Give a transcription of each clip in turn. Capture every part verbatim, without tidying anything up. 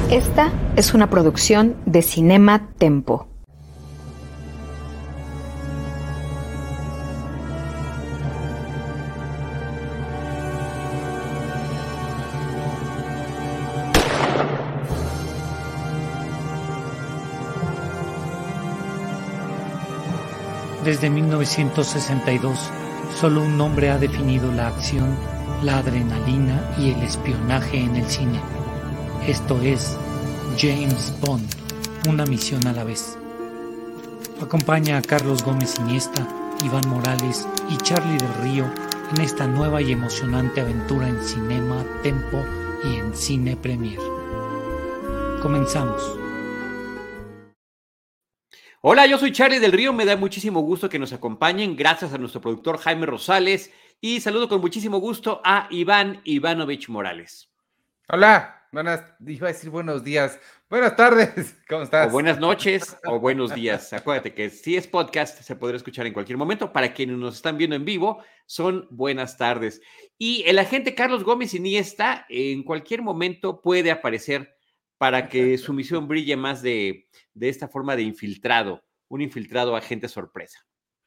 Esta es una producción de Cinema Tempo. Desde mil novecientos sesenta y dos, solo un nombre ha definido la acción, la adrenalina y el espionaje en el cine. Esto es James Bond, una misión a la vez. Acompaña a Carlos Gómez Iniesta, Iván Morales y Charlie del Río en esta nueva y emocionante aventura en Cinema Tempo y en Cine Premier. Comenzamos. Hola, yo soy Charlie del Río, me da muchísimo gusto que nos acompañen, gracias a nuestro productor Jaime Rosales, y saludo con muchísimo gusto a Iván Ivanovich Morales. Hola, buenas, iba a decir buenos días, buenas tardes, ¿cómo estás? O buenas noches o buenos días. Acuérdate que si es podcast se podrá escuchar en cualquier momento. Para quienes nos están viendo en vivo, son buenas tardes. Y el agente Carlos Gómez Iniesta en cualquier momento puede aparecer para que su misión brille más de, de esta forma de infiltrado, un infiltrado agente sorpresa.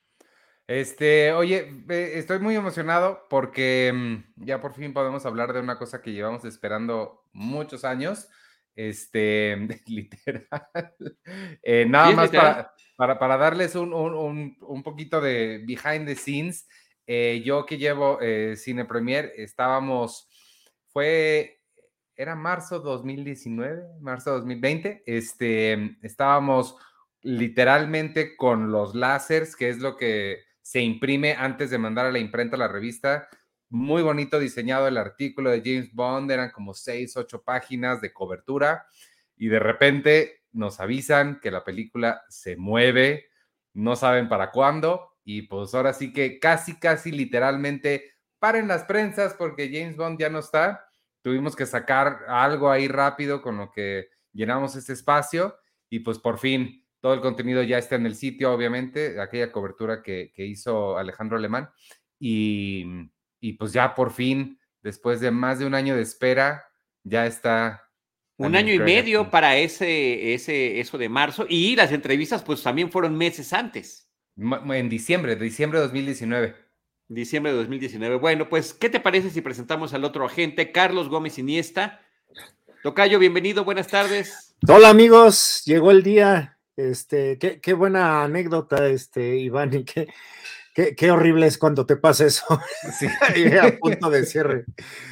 Este, oye, estoy muy emocionado porque mmm, ya por fin podemos hablar de una cosa que llevamos esperando muchos años, este, literal, eh, nada ¿Sí es más literal? para, para, para darles un, un, un, un poquito de behind the scenes. Eh, yo que llevo eh, Cine Premier, estábamos, fue... Era marzo dos mil diecinueve, marzo dos mil veinte, este, estábamos literalmente con los láseres, que es lo que se imprime antes de mandar a la imprenta la revista. Muy bonito diseñado el artículo de James Bond, eran como seis, ocho páginas de cobertura, y de repente nos avisan que la película se mueve, no saben para cuándo, y pues ahora sí que casi, casi literalmente paren las prensas porque James Bond ya no está. Tuvimos que sacar algo ahí rápido con lo que llenamos este espacio y pues por fin todo el contenido ya está en el sitio, obviamente, aquella cobertura que, que hizo Alejandro Alemán y, y pues ya por fin, después de más de un año de espera, ya está. Un año y medio para ese, ese, eso de marzo, y las entrevistas pues también fueron meses antes. En diciembre, de diciembre de dos mil diecinueve. Diciembre de dos mil diecinueve. Bueno, pues, ¿qué te parece si presentamos al otro agente, Carlos Gómez Iniesta? Tocayo, bienvenido, buenas tardes. Hola amigos, llegó el día. Este, qué, qué buena anécdota, este, Iván, y qué, qué, qué horrible es cuando te pasa eso. Sí. A punto de cierre.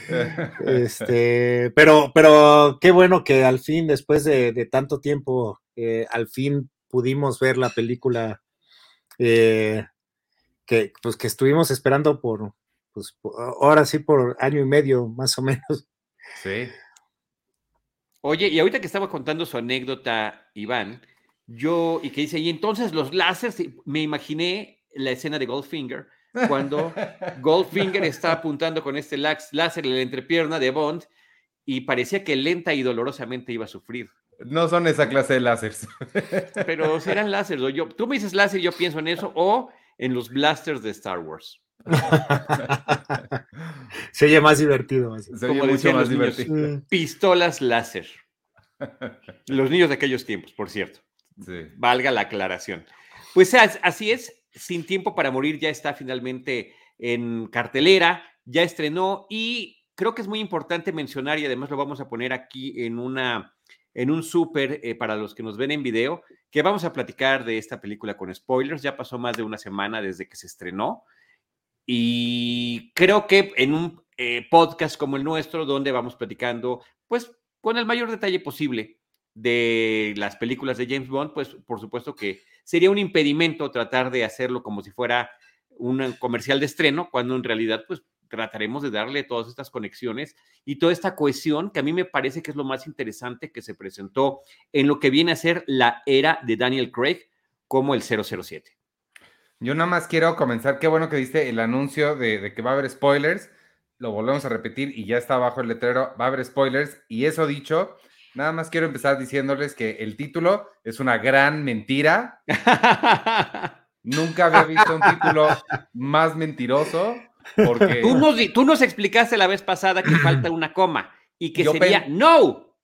Este, pero, pero qué bueno que al fin, después de, de tanto tiempo, eh, al fin pudimos ver la película. Eh, Que, pues, que estuvimos esperando por, pues, por, ahora sí, por año y medio, más o menos. Sí. Oye, y ahorita que estaba contando su anécdota, Iván, yo, y que dice, y entonces los láseres, me imaginé la escena de Goldfinger, cuando Goldfinger está apuntando con este láser en la entrepierna de Bond, y parecía que lenta y dolorosamente iba a sufrir. No son esa clase de láseres. Pero serán láseres. Yo, tú me dices láser y yo pienso en eso, o en los blasters de Star Wars. Se oye más divertido. Así. Se Como oye decían mucho más los divertido. niños, pistolas láser. Los niños de aquellos tiempos, por cierto. Sí. Valga la aclaración. Pues así es, Sin Tiempo para Morir ya está finalmente en cartelera, ya estrenó, y creo que es muy importante mencionar, y además lo vamos a poner aquí en una... en un súper eh, para los que nos ven en video, que vamos a platicar de esta película con spoilers. Ya pasó más de una semana desde que se estrenó, y creo que en un eh, podcast como el nuestro, donde vamos platicando, pues, con el mayor detalle posible de las películas de James Bond, pues, por supuesto que sería un impedimento tratar de hacerlo como si fuera un comercial de estreno, cuando en realidad, pues, trataremos de darle todas estas conexiones y toda esta cohesión que a mí me parece que es lo más interesante que se presentó en lo que viene a ser la era de Daniel Craig como el cero cero siete. Yo nada más quiero comenzar, qué bueno que diste el anuncio de, de que va a haber spoilers, lo volvemos a repetir y ya está abajo el letrero, va a haber spoilers, y eso dicho, nada más quiero empezar diciéndoles que el título es una gran mentira. Nunca había visto un título más mentiroso. Porque... Tú, nos, tú nos explicaste la vez pasada que falta una coma y que Yo sería pen... no.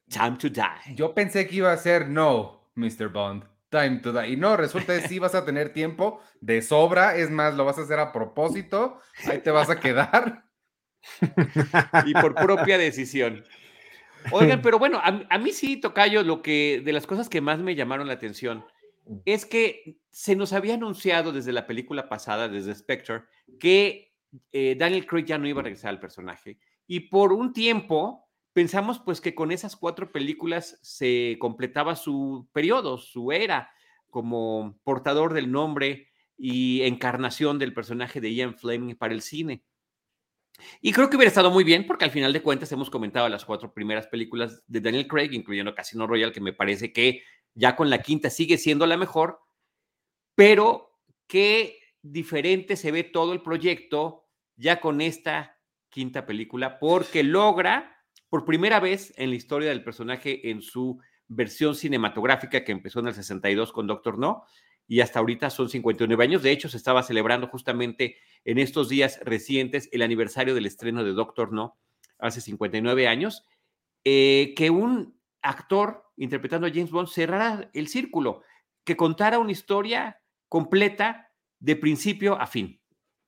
Time to Die. Yo pensé que iba a ser no, mister Bond, time to die. Y no, resulta que sí vas a tener tiempo de sobra. Es más, lo vas a hacer a propósito. Ahí te vas a quedar. Y por propia decisión. Oigan, pero bueno, a, a mí sí, tocayo, lo que de las cosas que más me llamaron la atención es que se nos había anunciado desde la película pasada, desde Spectre, que eh, Daniel Craig ya no iba a regresar al personaje. Y por un tiempo pensamos pues que con esas cuatro películas se completaba su periodo, su era como portador del nombre y encarnación del personaje de Ian Fleming para el cine. Y creo que hubiera estado muy bien porque al final de cuentas hemos comentado las cuatro primeras películas de Daniel Craig, incluyendo Casino Royale, que me parece que ya con la quinta sigue siendo la mejor, pero qué diferente se ve todo el proyecto ya con esta quinta película, porque logra por primera vez en la historia del personaje en su versión cinematográfica que empezó en el sesenta y dos con Doctor No, y hasta ahorita son cincuenta y nueve años. De hecho, se estaba celebrando justamente en estos días recientes el aniversario del estreno de Doctor No, hace cincuenta y nueve años, eh, que un actor interpretando a James Bond cerrara el círculo, que contara una historia completa de principio a fin.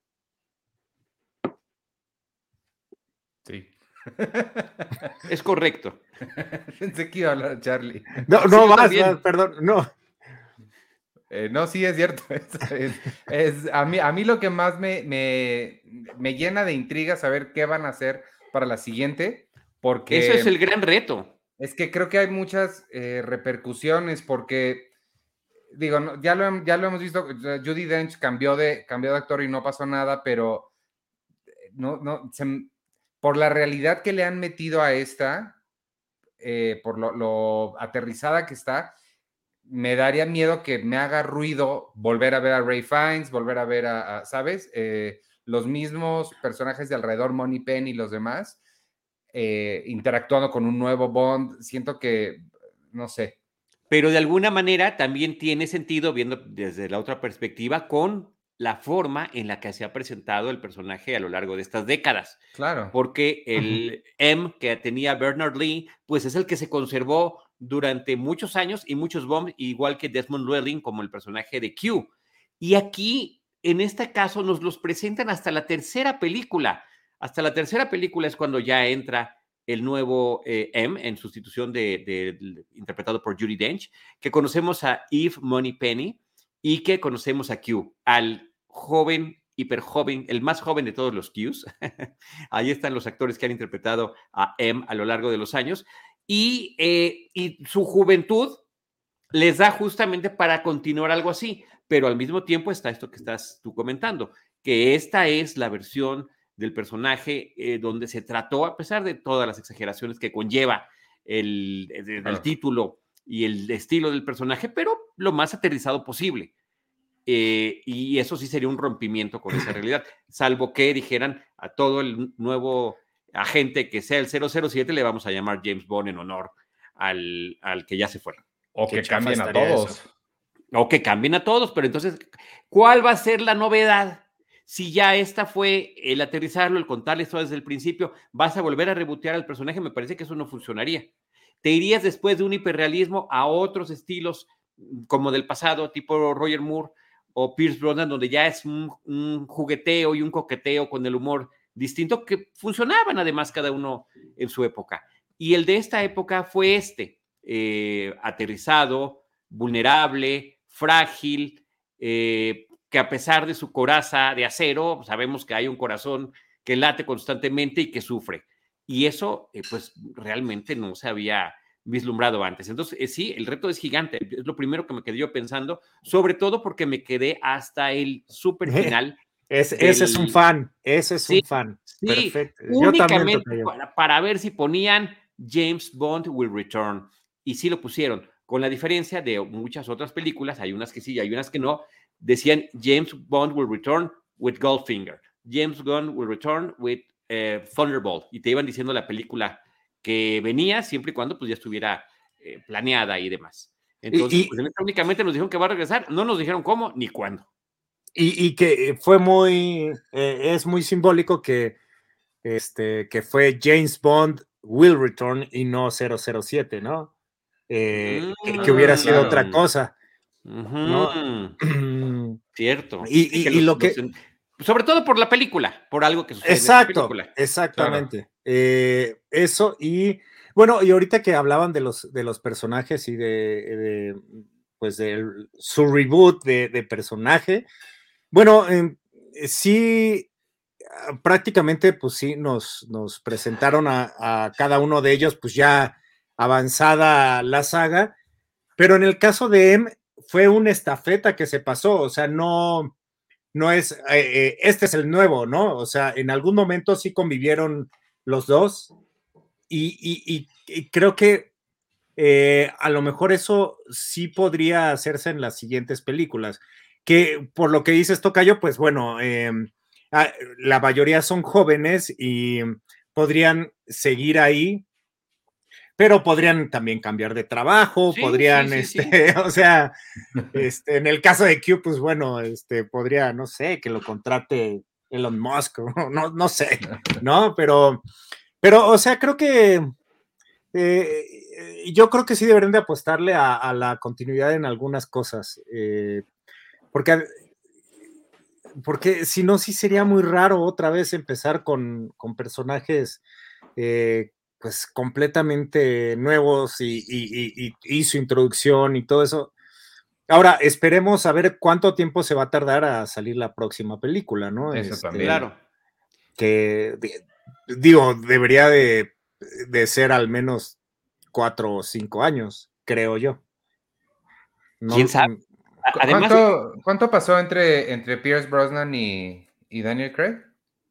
Sí. Es correcto. Pensé que iba a hablar Charlie. No, no, sí, más, más, perdón, no. Eh, no, sí, es cierto. Es, es, es, a, mí, a mí lo que más me, me, me llena de intriga saber qué van a hacer para la siguiente, porque... Eso es el gran reto. Es que creo que hay muchas eh, repercusiones, porque, digo, no, ya, lo, ya lo hemos visto, Judi Dench cambió de, cambió de actor y no pasó nada, pero no, no, se, por la realidad que le han metido a esta, eh, por lo, lo aterrizada que está, me daría miedo que me haga ruido volver a ver a Ray Fiennes, volver a ver a, a ¿sabes? Eh, los mismos personajes de alrededor, Moneypenny y los demás, eh, interactuando con un nuevo Bond. Siento que, no sé. Pero de alguna manera también tiene sentido, viendo desde la otra perspectiva, con la forma en la que se ha presentado el personaje a lo largo de estas décadas. Claro. Porque el uh-huh. M que tenía Bernard Lee, pues es el que se conservó durante muchos años y muchos Bonds, igual que Desmond Llewellyn como el personaje de Q. Y aquí, en este caso, nos los presentan hasta la tercera película. Hasta la tercera película es cuando ya entra el nuevo eh, M en sustitución de, de, de, interpretado por Judi Dench, que conocemos a Eve Moneypenny y que conocemos a Q, al joven, hiper joven, el más joven de todos los Qs. Ahí están los actores que han interpretado a M a lo largo de los años. Y, eh, y su juventud les da justamente para continuar algo así, pero al mismo tiempo está esto que estás tú comentando, que esta es la versión del personaje eh, donde se trató, a pesar de todas las exageraciones que conlleva el, el, el claro. título y el estilo del personaje, pero lo más aterrizado posible. Eh, y eso sí sería un rompimiento con esa realidad, salvo que dijeran a todo el nuevo agente que sea el cero cero siete le vamos a llamar James Bond en honor al, al que ya se fue. O que cambien a todos. Eso. O que cambien a todos, pero entonces, ¿cuál va a ser la novedad? Si ya esta fue el aterrizarlo, el contarles todo desde el principio, vas a volver a rebotear al personaje, me parece que eso no funcionaría. Te irías después de un hiperrealismo a otros estilos como del pasado, tipo Roger Moore o Pierce Brosnan, donde ya es un, un jugueteo y un coqueteo con el humor distinto que funcionaban además cada uno en su época. Y el de esta época fue este, eh, aterrizado, vulnerable, frágil, eh, que a pesar de su coraza de acero, sabemos que hay un corazón que late constantemente y que sufre. Y eso, eh, pues, realmente no se había vislumbrado antes. Entonces, eh, sí, el reto es gigante. Es lo primero que me quedé yo pensando, sobre todo porque me quedé hasta el súper final. Es, del... Ese es un fan, ese es sí, un fan. Sí, perfecto. Únicamente yo para, para ver si ponían James Bond will return. Y sí lo pusieron, con la diferencia de muchas otras películas, hay unas que sí, hay unas que no, decían James Bond will return with Goldfinger, James Bond will return with uh, Thunderbolt, y te iban diciendo la película que venía, siempre y cuando pues ya estuviera eh, planeada y demás. Entonces, y, y, pues, únicamente nos dijeron que va a regresar, no nos dijeron cómo ni cuándo. Y, y que fue muy, eh, es muy simbólico que, este, que fue James Bond Will Return y no cero cero siete, ¿no? Eh, mm, que, que hubiera sido claro. otra cosa, ujú. ¿no? Cierto. Y, Sí, y- que y los- lo que... los- sobre todo por la película, por algo que sucede en esta Exacto, película. exactamente. Eh, eso y bueno, y ahorita que hablaban de los, de los personajes y de, de, pues de su reboot de, de personaje, bueno, eh, sí, ah, prácticamente pues sí nos, nos presentaron a, a cada uno de ellos pues ya avanzada la saga, pero en el caso de M fue una estafeta que se pasó, o sea, no no es, eh, eh, este es el nuevo, ¿no? O sea, en algún momento sí convivieron los dos y, y, y, y creo que eh, a lo mejor eso sí podría hacerse en las siguientes películas, que por lo que dices, Tocayo, pues bueno, eh, la mayoría son jóvenes y podrían seguir ahí, pero podrían también cambiar de trabajo, Sí, podrían, sí, sí, sí. este, o sea, este, en el caso de Q, pues bueno, este, podría, no sé, que lo contrate Elon Musk, no, no sé, ¿no? Pero, pero, o sea, creo que eh, yo creo que sí deberían de apostarle a, a la continuidad en algunas cosas, eh, porque, porque si no, sí sería muy raro otra vez empezar con, con personajes eh, pues completamente nuevos y, y, y, y, su introducción y todo eso. Ahora, esperemos a ver cuánto tiempo se va a tardar a salir la próxima película, ¿no? Eso Este, también. Claro. Que, digo, debería de, de ser al menos cuatro o cinco años, creo yo. No, ¿Quién sabe? Además, ¿Cuánto, ¿Cuánto pasó entre, entre Pierce Brosnan y, y Daniel Craig?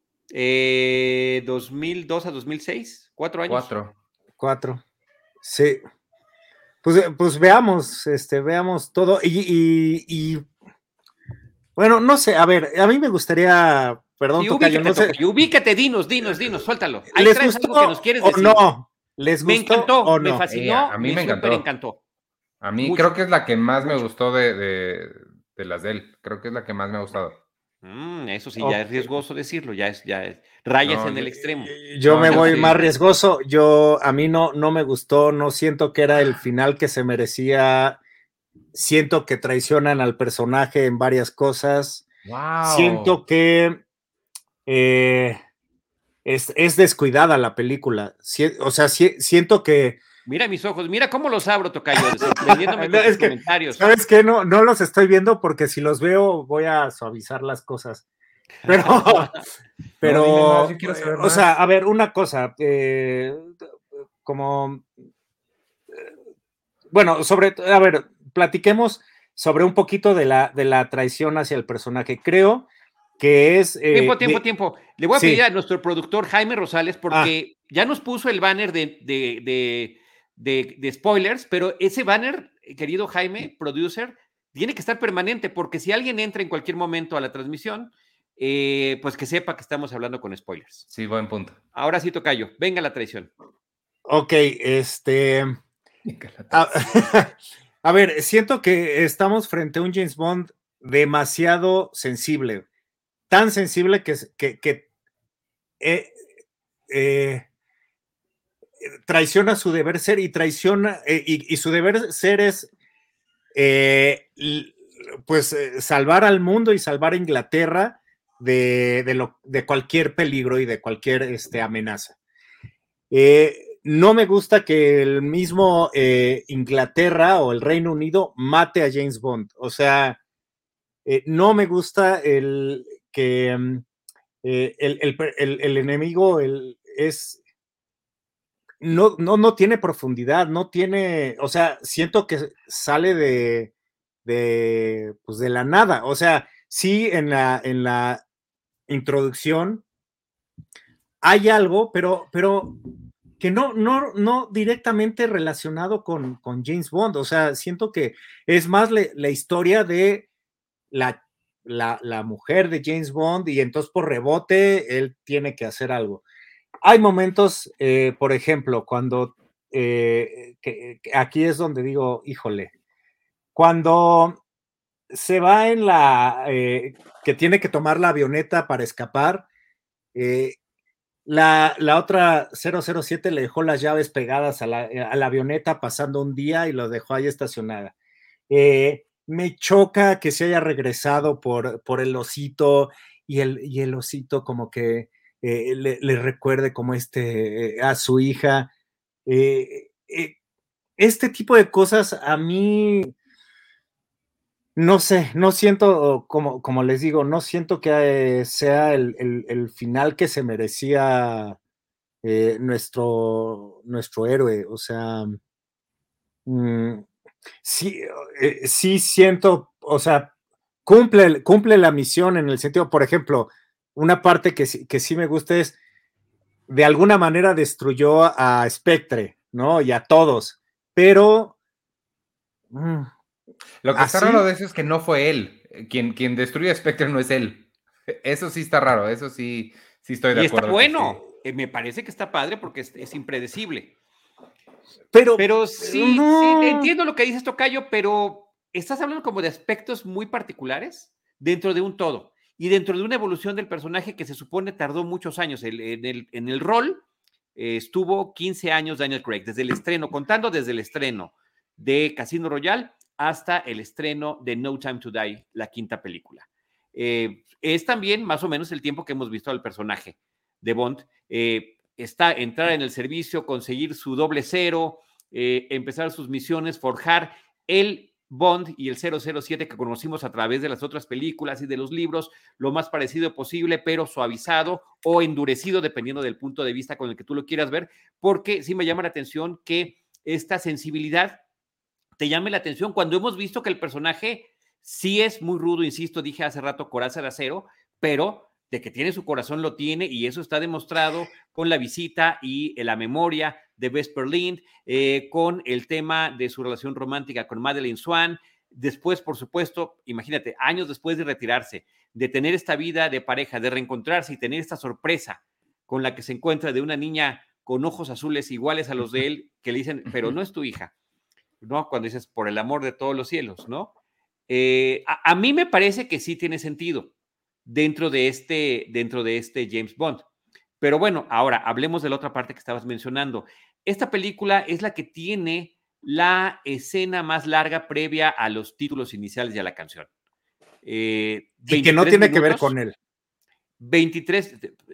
eh, dos mil dos a dos mil seis, cuatro años. Cuatro. Cuatro. Sí. Pues, pues veamos, este, veamos todo. Y, y, y, bueno, no sé, a ver, a mí me gustaría, perdón, Sí, Tocayo, ubícate, no sé. Tocayo, ubícate, dinos, dinos, dinos, suéltalo. Ahí ¿Les traes gustó algo que nos quieres o decir. no? ¿Les Me gustó encantó, o me no? fascinó, Eh, a mí me, me súper encantó. encantó. A mí Mucho, creo que es la que más me mucho. gustó de, de, de las de él. Creo que es la que más me ha gustado. Mm, eso sí, ya es Ok. riesgoso decirlo, ya es, ya es, rayas No, en yo- el extremo. Yo No, me yo voy sí. más riesgoso. Yo, a mí no, no me gustó, no siento que era el final que se merecía. Siento que traicionan al personaje en varias cosas. ¡Wow! Siento que eh, es, es descuidada la película. Si- o sea, si- siento que. Mira mis ojos, mira cómo los abro, Tocayo, sorprendiéndome No, con tus es que, comentarios. ¿sabes qué? No, no los estoy viendo porque si los veo voy a suavizar las cosas. Pero, pero, No, dime más, yo quiero eh, saber o sea, más. a ver, una cosa, eh, como, eh, bueno, sobre, a ver, platiquemos sobre un poquito de la, de la traición hacia el personaje. Creo que es... eh, Tiempo, tiempo, de, tiempo. Le voy a sí. pedir a nuestro productor Jaime Rosales porque Ah. ya nos puso el banner de, de, de, de, de spoilers, pero ese banner, querido Jaime, producer, tiene que estar permanente porque si alguien entra en cualquier momento a la transmisión, eh, pues que sepa que estamos hablando con spoilers. Sí, buen punto. Ahora sí, Tocayo, venga la traición. Ok, este... A, a ver, siento que estamos frente a un James Bond demasiado sensible, tan sensible que, que, que eh, eh, traiciona su deber ser y traiciona, eh, y, y su deber ser es eh, pues eh, salvar al mundo y salvar a Inglaterra de, de, lo, de cualquier peligro y de cualquier este, amenaza. Eh, no me gusta que el mismo eh, Inglaterra o el Reino Unido mate a James Bond. O sea, eh, no me gusta el que um, eh, el, el, el, el, enemigo el, es no, no, no tiene profundidad, no tiene, o sea, siento que sale de, de, pues de la nada. O sea, sí, en la, en la introducción hay algo, pero, pero que no, no, no directamente relacionado con, con James Bond. O sea, siento que es más le, la historia de la, la, la mujer de James Bond y entonces por rebote él tiene que hacer algo. Hay momentos, eh, por ejemplo, cuando eh, que, que aquí es donde digo, híjole, cuando se va en la, eh, que tiene que tomar la avioneta para escapar, eh, la, la otra cero cero siete le dejó las llaves pegadas a la, a la avioneta pasando un día y lo dejó ahí estacionada. Eh, me choca que se haya regresado por, por el osito y el, y el osito como que eh, le, le recuerde como este eh, a su hija. Eh, eh, este tipo de cosas a mí no sé, no siento, como, como les digo, no siento que eh, sea el, el, el final que se merecía eh, nuestro, nuestro héroe. O sea, mmm, sí, eh, sí siento, o sea, cumple, cumple la misión en el sentido, por ejemplo, una parte que, que sí me gusta es, de alguna manera destruyó a Spectre, ¿no? Y a todos, pero... Mmm, Lo que está ¿así? raro de eso es que no fue él. Quien, quien destruye a Spectre no es él. Eso sí está raro, eso sí, sí estoy de Y acuerdo. está bueno, Que eh, me parece que está padre porque es, es impredecible. Pero, Pero sí, no. sí, entiendo lo que dices, Tocayo, pero estás hablando como de aspectos muy particulares dentro de un todo y dentro de una evolución del personaje que se supone tardó muchos años. El, en, el, en el rol eh, estuvo quince años Daniel Craig, desde el estreno, contando desde el estreno de Casino Royale hasta el estreno de No Time to Die, la quinta película. Eh, es también más o menos el tiempo que hemos visto al personaje de Bond. Eh, está entrar en el servicio, conseguir su doble cero, eh, empezar sus misiones, forjar el Bond y el cero cero siete que conocimos a través de las otras películas y de los libros, lo más parecido posible, pero suavizado o endurecido, dependiendo del punto de vista con el que tú lo quieras ver, porque sí me llama la atención que esta sensibilidad te llame la atención cuando hemos visto que el personaje sí es muy rudo, insisto, dije hace rato, coraza de acero, pero de que tiene su corazón lo tiene y eso está demostrado con la visita y la memoria de Vesper Lynd, eh, con el tema de su relación romántica con Madeleine Swann. Después, por supuesto, imagínate, años después de retirarse, de tener esta vida de pareja, de reencontrarse y tener esta sorpresa con la que se encuentra de una niña con ojos azules iguales a los de él, que le dicen, pero no es tu hija, ¿no? Cuando dices, por el amor de todos los cielos, ¿no? Eh, a, a mí me parece que sí tiene sentido dentro de este, dentro de este James Bond. Pero bueno, ahora hablemos de la otra parte que estabas mencionando. Esta película es la que tiene la escena más larga previa a los títulos iniciales y a la canción. Eh, y que no tiene minutos, que ver con él. veintitrés,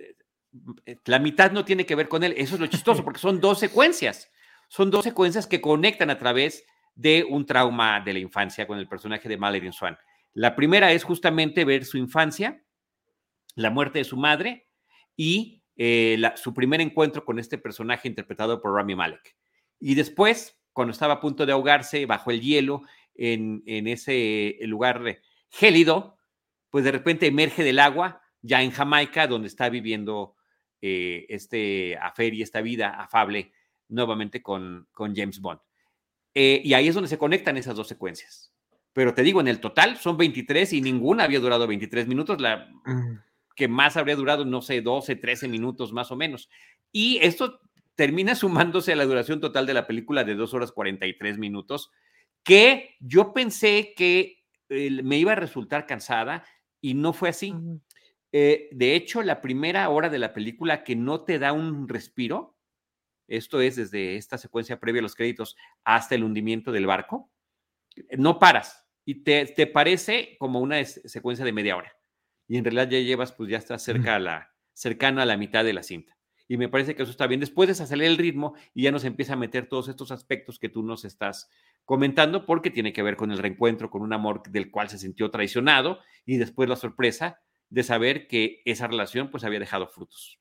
la mitad no tiene que ver con él. Eso es lo chistoso, porque son dos secuencias. Son dos secuencias que conectan a través de un trauma de la infancia con el personaje de Madeleine Swann. La primera es justamente ver su infancia, la muerte de su madre y eh, la, su primer encuentro con este personaje interpretado por Rami Malek. Y después, cuando estaba a punto de ahogarse bajo el hielo en, en ese lugar gélido, pues de repente emerge del agua, ya en Jamaica, donde está viviendo eh, este afer y esta vida afable nuevamente con, con James Bond. Eh, y ahí es donde se conectan esas dos secuencias. Pero te digo, en el total son veintitrés y ninguna había durado veintitrés minutos. La que más habría durado, no sé, doce, trece minutos más o menos. Y esto termina sumándose a la duración total de la película de dos horas cuarenta y tres minutos, que yo pensé que eh, me iba a resultar cansada y no fue así. Uh-huh. Eh, de hecho, la primera hora de la película que no te da un respiro, esto es desde esta secuencia previa a los créditos hasta el hundimiento del barco, no paras y te, te parece como una secuencia de media hora. Y en realidad ya llevas, pues ya estás cerca a la, cercano a la mitad de la cinta. Y me parece que eso está bien. Después desacelerar el ritmo y ya nos empieza a meter todos estos aspectos que tú nos estás comentando, porque tiene que ver con el reencuentro con un amor del cual se sintió traicionado y después la sorpresa de saber que esa relación pues había dejado frutos.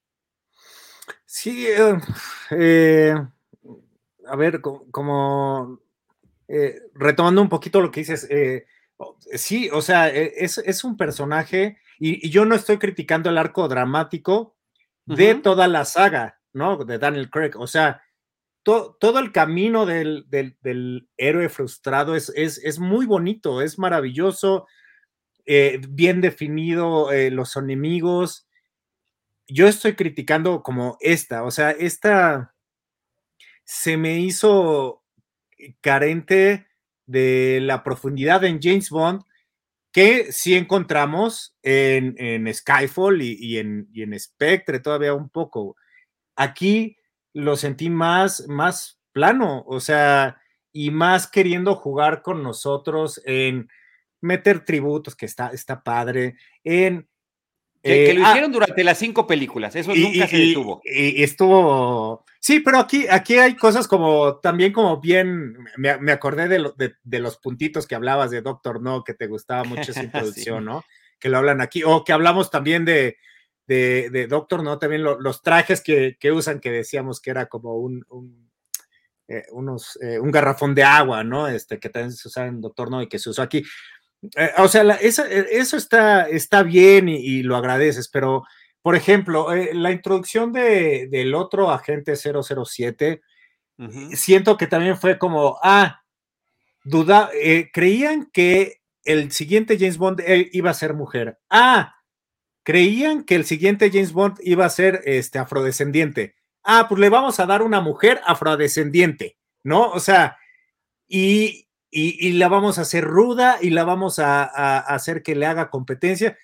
Sí, eh, eh, a ver, como, como eh, retomando un poquito lo que dices, eh, sí, o sea, es, es un personaje y, y yo no estoy criticando el arco dramático de uh-huh. toda la saga, ¿no? De Daniel Craig, o sea, to, todo el camino del, del, del héroe frustrado es, es, es, muy bonito, es maravilloso, eh, bien definido eh, los enemigos. Yo estoy criticando como esta, o sea, esta se me hizo carente de la profundidad en James Bond que sí encontramos en, en Skyfall y, y, en, y en Spectre todavía un poco. aquí lo sentí más, más plano, o sea, y más queriendo jugar con nosotros en meter tributos, que está, está padre, en... Que, eh, que lo ah, hicieron durante las cinco películas, eso y, nunca y, se detuvo. Y, y estuvo... Sí, pero aquí, aquí hay cosas como, también como bien, me, me acordé de, lo, de, de los puntitos que hablabas de Doctor No, que te gustaba mucho esa introducción, sí. ¿no? Que lo hablan aquí, o que hablamos también de, de, de Doctor No, también lo, los trajes que, que usan, que decíamos que era como un... un eh, unos, eh, un garrafón de agua, ¿no? Este, que también se usa en Doctor No y que se usó aquí. Eh, o sea, la, esa, eso está, está bien y, y lo agradeces, pero, por ejemplo, eh, la introducción de, del otro agente cero cero siete, uh-huh. siento que también fue como, ah, duda, eh, creían que el siguiente James Bond eh, iba a ser mujer. Ah, creían que el siguiente James Bond iba a ser este, afrodescendiente. Ah, pues le vamos a dar una mujer afrodescendiente, ¿no? O sea, y, y, y la vamos a hacer ruda y la vamos a, a, a hacer que le haga competencia.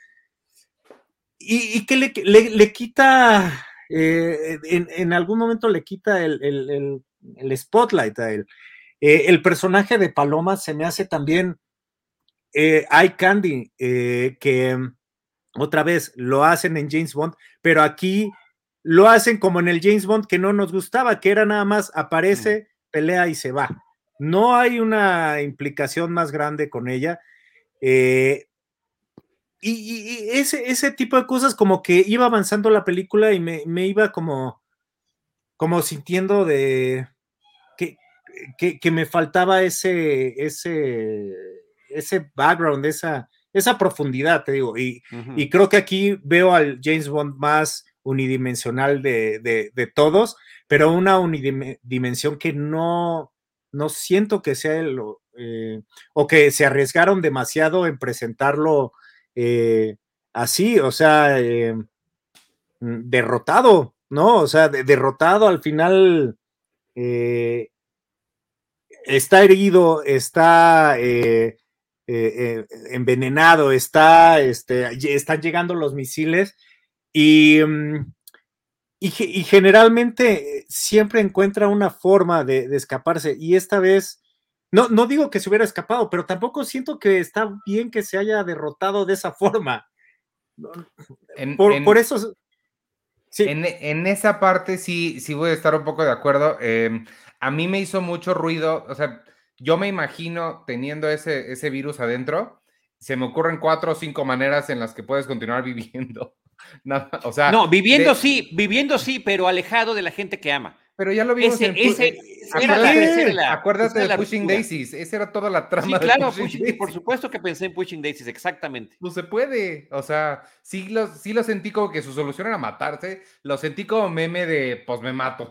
Y, y que le, le, le quita, eh, en, en algún momento le quita el, el, el, el spotlight a él. Eh, el personaje de Paloma se me hace también eh, eye candy, eh, que otra vez lo hacen en James Bond, pero aquí lo hacen como en el James Bond que no nos gustaba, que era nada más aparece, pelea y se va. No hay una implicación más grande con ella. Eh, y, y ese, ese tipo de cosas como que iba avanzando la película y me, me iba como, como sintiendo de que, que, que me faltaba ese, ese, ese background, esa, esa profundidad, te digo. Y, uh-huh. y creo que aquí veo al James Bond más unidimensional de, de, de todos, pero una unidimensión que no, no siento que sea el, eh, o que se arriesgaron demasiado en presentarlo eh, así, o sea, eh, derrotado, ¿no? O sea, de, derrotado al final eh, está herido, está eh, eh, envenenado, está, este, están llegando los misiles y, y, y generalmente siempre encuentra una forma de, de escaparse y esta vez no, no digo que se hubiera escapado, pero tampoco siento que está bien que se haya derrotado de esa forma. En, por, en, por eso... Sí. En, en esa parte sí, sí voy a estar un poco de acuerdo. Eh, a mí me hizo mucho ruido, o sea, yo me imagino teniendo ese, ese virus adentro, se me ocurren cuatro o cinco maneras en las que puedes continuar viviendo. No, o sea, no, viviendo de, sí, viviendo sí, pero alejado de la gente que ama. Pero ya lo vimos ese, en... Ese, eh, acuérdate la, acuérdate de Pushing ruptura. Daisies, esa era toda la trama. Sí, claro, de Pushing Pushing, por supuesto que pensé en Pushing Daisies, exactamente. Pues se puede, o sea, sí lo, sí lo sentí como que su solución era matarse, lo sentí como meme de, pues me mato.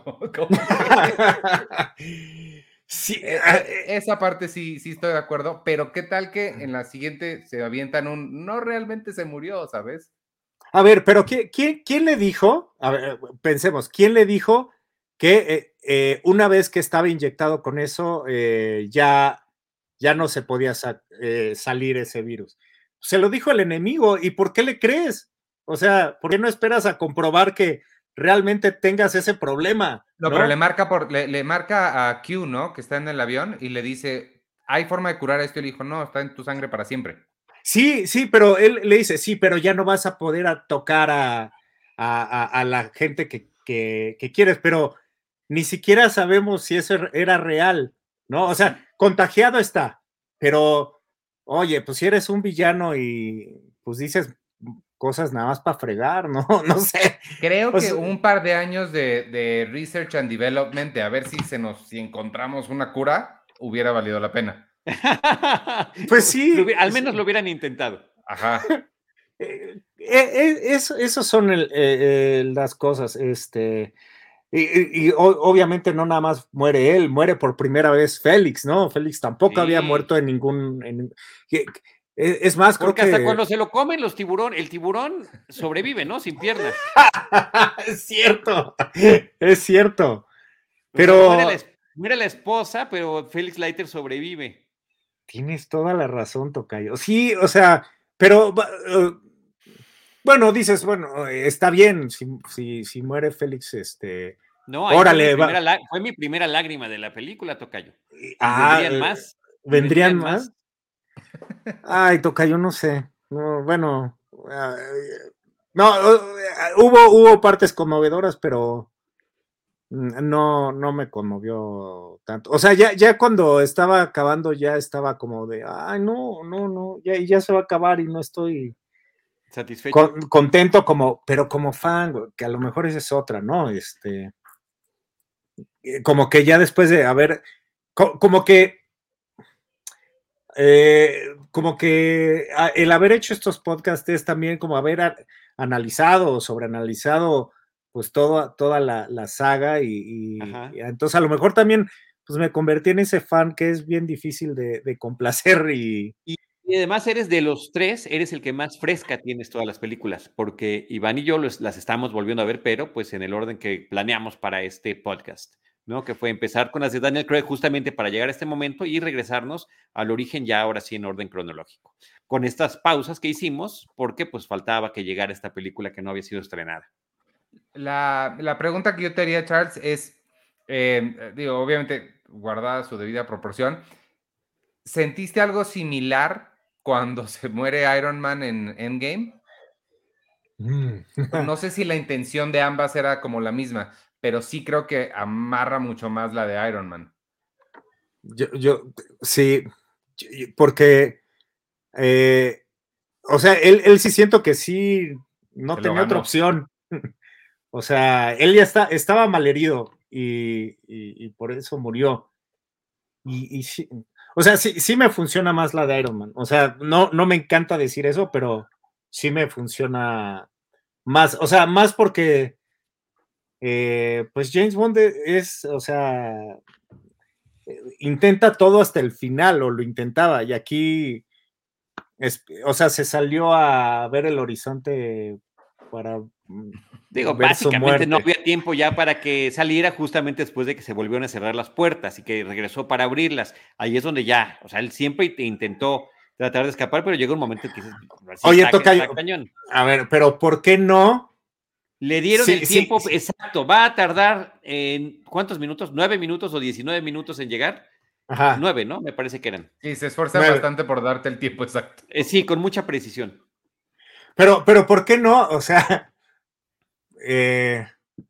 sí, esa parte sí, sí estoy de acuerdo, pero qué tal que en la siguiente se avientan un, no realmente se murió, ¿sabes? A ver, pero ¿quién, quién, quién le dijo? A ver, pensemos, ¿quién le dijo que eh, eh, una vez que estaba inyectado con eso, eh, ya, ya no se podía sa eh, salir ese virus? Se lo dijo el enemigo, ¿y por qué le crees? O sea, ¿por qué no esperas a comprobar que realmente tengas ese problema? No, ¿no? Pero le marca, por, le, le marca a Q, ¿no? Que está en el avión y le dice, ¿hay forma de curar esto? Y le dijo, no, está en tu sangre para siempre. Sí, sí, pero él le dice, sí, pero ya no vas a poder a tocar a, a, a, a la gente que, que, que quieres, pero ni siquiera sabemos si eso era real, ¿no? O sea, contagiado está, pero, oye, pues si eres un villano y pues dices cosas nada más para fregar, ¿no? No sé. Creo pues, que un par de años de, de research and development, de a ver si, se nos, si encontramos una cura, hubiera valido la pena. Pues sí. Lo, al menos lo hubieran intentado. Ajá. Eh, eh, eso, eso son el, eh, las cosas, este, y, y, y obviamente no nada más muere él, muere por primera vez Félix, ¿no? Félix tampoco sí. había muerto en ningún, en, es más, porque creo hasta que... cuando se lo comen los tiburón, el tiburón sobrevive, ¿no? Sin piernas. Es cierto, es cierto, pero... O sea, muere, la, muere la esposa, pero Félix Leiter sobrevive. Tienes toda la razón, tocayo. Sí, o sea, pero uh, Bueno, dices, bueno, está bien, si, si, si muere Félix, este... No, ahí órale, fue, mi va. lá- fue mi primera lágrima de la película, tocayo. Y Ah, vendrían eh, más. y ¿vendrían más? más. Ay, tocayo, no sé. No, bueno, uh, no, uh, hubo, hubo partes conmovedoras, pero no, no me conmovió tanto. O sea, ya, ya cuando estaba acabando, ya estaba como de, ay, no, no, no, ya, ya se va a acabar y no estoy satisfecho. Con, contento como, pero como fan, que a lo mejor esa es otra, ¿no? Este, como que ya después de haber, co, como que, eh, como que el haber hecho estos podcasts es también como haber a, analizado o sobreanalizado pues toda, toda la, la saga y, y, y entonces a lo mejor también pues me convertí en ese fan que es bien difícil de, de complacer y, y Y además eres de los tres, eres el que más fresca tienes todas las películas, porque Iván y yo los, las estamos volviendo a ver, pero pues en el orden que planeamos para este podcast, ¿no? Que fue empezar con las de Daniel Craig justamente para llegar a este momento y regresarnos al origen ya ahora sí en orden cronológico. Con estas pausas que hicimos, porque pues faltaba que llegara esta película que no había sido estrenada. La, la pregunta que yo te haría, Charles, es, eh, digo, obviamente guardada su debida proporción, ¿sentiste algo similar cuando se muere Iron Man en Endgame? Mm. No sé si la intención de ambas era como la misma, pero sí creo que amarra mucho más la de Iron Man. Yo, yo sí, porque, eh, o sea, él, él sí siento que sí, no se tenía otra opción. O sea, él ya está, estaba malherido y, y, y por eso murió. Y, y sí, o sea, sí, sí me funciona más la de Iron Man. O sea, no, no me encanta decir eso, pero sí me funciona más. O sea, más porque, eh, pues James Bond es, o sea, intenta todo hasta el final, o lo intentaba, y aquí, es, o sea, se salió a ver el horizonte para Digo, ver su básicamente muerte. No había tiempo ya para que saliera justamente después de que se volvieron a cerrar las puertas y que regresó para abrirlas. Ahí es donde ya, o sea, él siempre intentó tratar de escapar, pero llegó un momento en que dices, oye, está, toca, está cañón. A ver, pero ¿por qué no? Le dieron sí, el tiempo sí, exacto. Va a tardar en ¿cuántos minutos? ¿Nueve minutos o diecinueve minutos en llegar? Ajá. Nueve, ¿no? Me parece que eran. Sí, se esfuerzan Nueve. bastante por darte el tiempo exacto. Eh, sí, con mucha precisión. Pero, pero ¿por qué no? O sea, eh,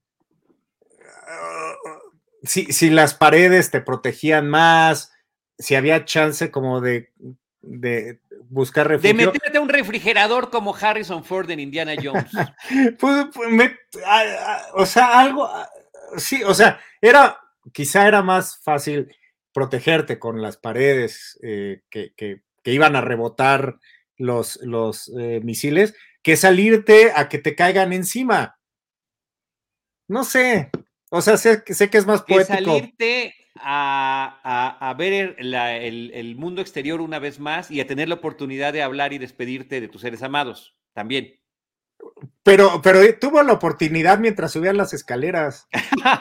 si, si las paredes te protegían más, si había chance como de, de buscar refugio. De meterte a un refrigerador como Harrison Ford en Indiana Jones. pues, pues, me, a, a, o sea, algo, a, sí, o sea, era, quizá era más fácil protegerte con las paredes eh, que, que, que iban a rebotar los, los eh, misiles, que salirte a que te caigan encima. No sé, o sea, sé, sé que es más poético. Que salirte a, a, a ver la, el, el mundo exterior una vez más y a tener la oportunidad de hablar y despedirte de tus seres amados, también. Pero, pero tuvo la oportunidad mientras subían las escaleras.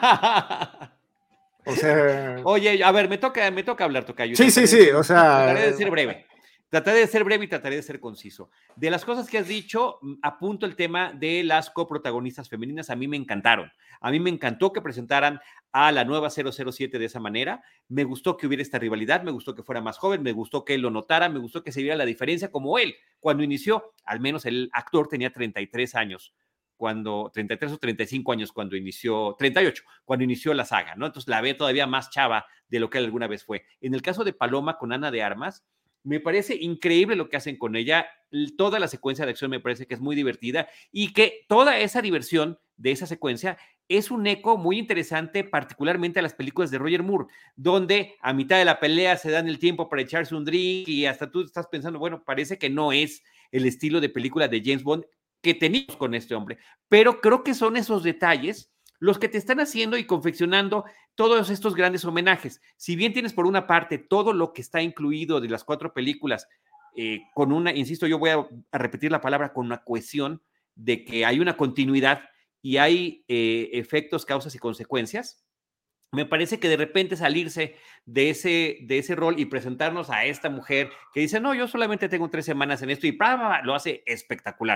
O sea... Oye, a ver, me toca, me toca hablar, tocayo. Sí, sí, sí, o sea... Trataré de ser breve. Trataré de ser breve y trataré de ser conciso. De las cosas que has dicho, apunto el tema de las coprotagonistas femeninas. A mí me encantaron. A mí me encantó que presentaran a la nueva cero cero siete de esa manera. Me gustó que hubiera esta rivalidad, me gustó que fuera más joven, me gustó que él lo notara, me gustó que se viera la diferencia como él. Cuando inició, al menos el actor tenía treinta y tres años. Cuando, treinta y tres o treinta y cinco años cuando inició, treinta y ocho, cuando inició la saga, ¿no? Entonces la ve todavía más chava de lo que él alguna vez fue. En el caso de Paloma con Ana de Armas, me parece increíble lo que hacen con ella. Toda la secuencia de acción me parece que es muy divertida y que toda esa diversión de esa secuencia es un eco muy interesante, particularmente a las películas de Roger Moore, donde a mitad de la pelea se dan el tiempo para echarse un drink y hasta tú estás pensando, bueno, parece que no es el estilo de película de James Bond que teníamos con este hombre, pero creo que son esos detalles los que te están haciendo y confeccionando todos estos grandes homenajes. Si bien tienes por una parte todo lo que está incluido de las cuatro películas, eh, con una, insisto, yo voy a, a repetir la palabra, con una cohesión de que hay una continuidad y hay eh, efectos, causas y consecuencias, me parece que de repente salirse de ese, de ese rol y presentarnos a esta mujer que dice, no, yo solamente tengo tres semanas en esto y bla, bla, bla, lo hace espectacular.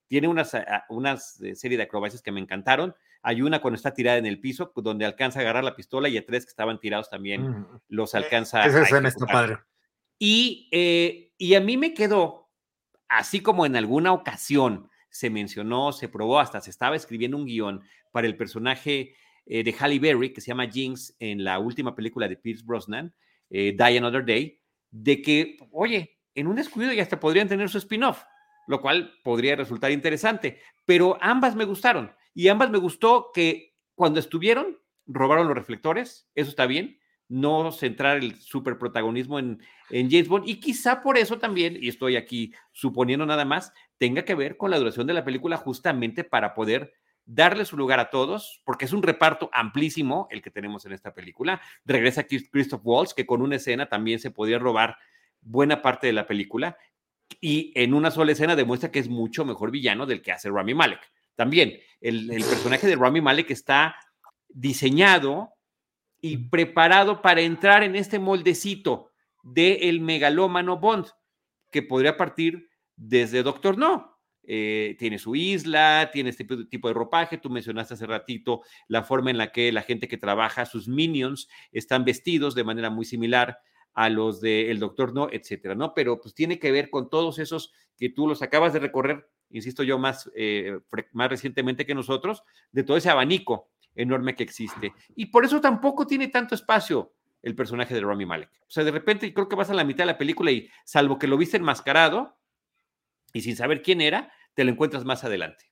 tiene unas, unas serie de acrobacias que me encantaron. Hay una cuando está tirada en el piso, donde alcanza a agarrar la pistola, y a tres que estaban tirados también mm. los alcanza Esa a escena está padre. Y, eh, y a mí me quedó, así como en alguna ocasión se mencionó, se probó, hasta se estaba escribiendo un guión para el personaje eh, de Halle Berry, que se llama Jinx, en la última película de Pierce Brosnan, eh, Die Another Day, de que, oye, en un descuido ya hasta podrían tener su spin-off, lo cual podría resultar interesante, pero ambas me gustaron, y ambas me gustó que cuando estuvieron, robaron los reflectores, eso está bien, no centrar el superprotagonismo en, en James Bond, y quizá por eso también, y estoy aquí suponiendo nada más, tenga que ver con la duración de la película, justamente para poder darle su lugar a todos, porque es un reparto amplísimo el que tenemos en esta película. Regresa aquí Christoph Waltz, que con una escena también se podría robar buena parte de la película, y en una sola escena demuestra que es mucho mejor villano del que hace Rami Malek. También, el, el personaje de Rami Malek está diseñado y preparado para entrar en este moldecito del megalómano Bond, que podría partir desde Doctor No. Eh, tiene su isla, tiene este tipo de ropaje, tú mencionaste hace ratito la forma en la que la gente que trabaja, sus minions, están vestidos de manera muy similar a los del Doctor No, etcétera, ¿no? Pero pues tiene que ver con todos esos que tú los acabas de recorrer, insisto yo, más, eh, más recientemente que nosotros, de todo ese abanico enorme que existe. Y por eso tampoco tiene tanto espacio el personaje de Rami Malek. O sea, de repente creo que vas a la mitad de la película y, salvo que lo viste enmascarado y sin saber quién era, te lo encuentras más adelante.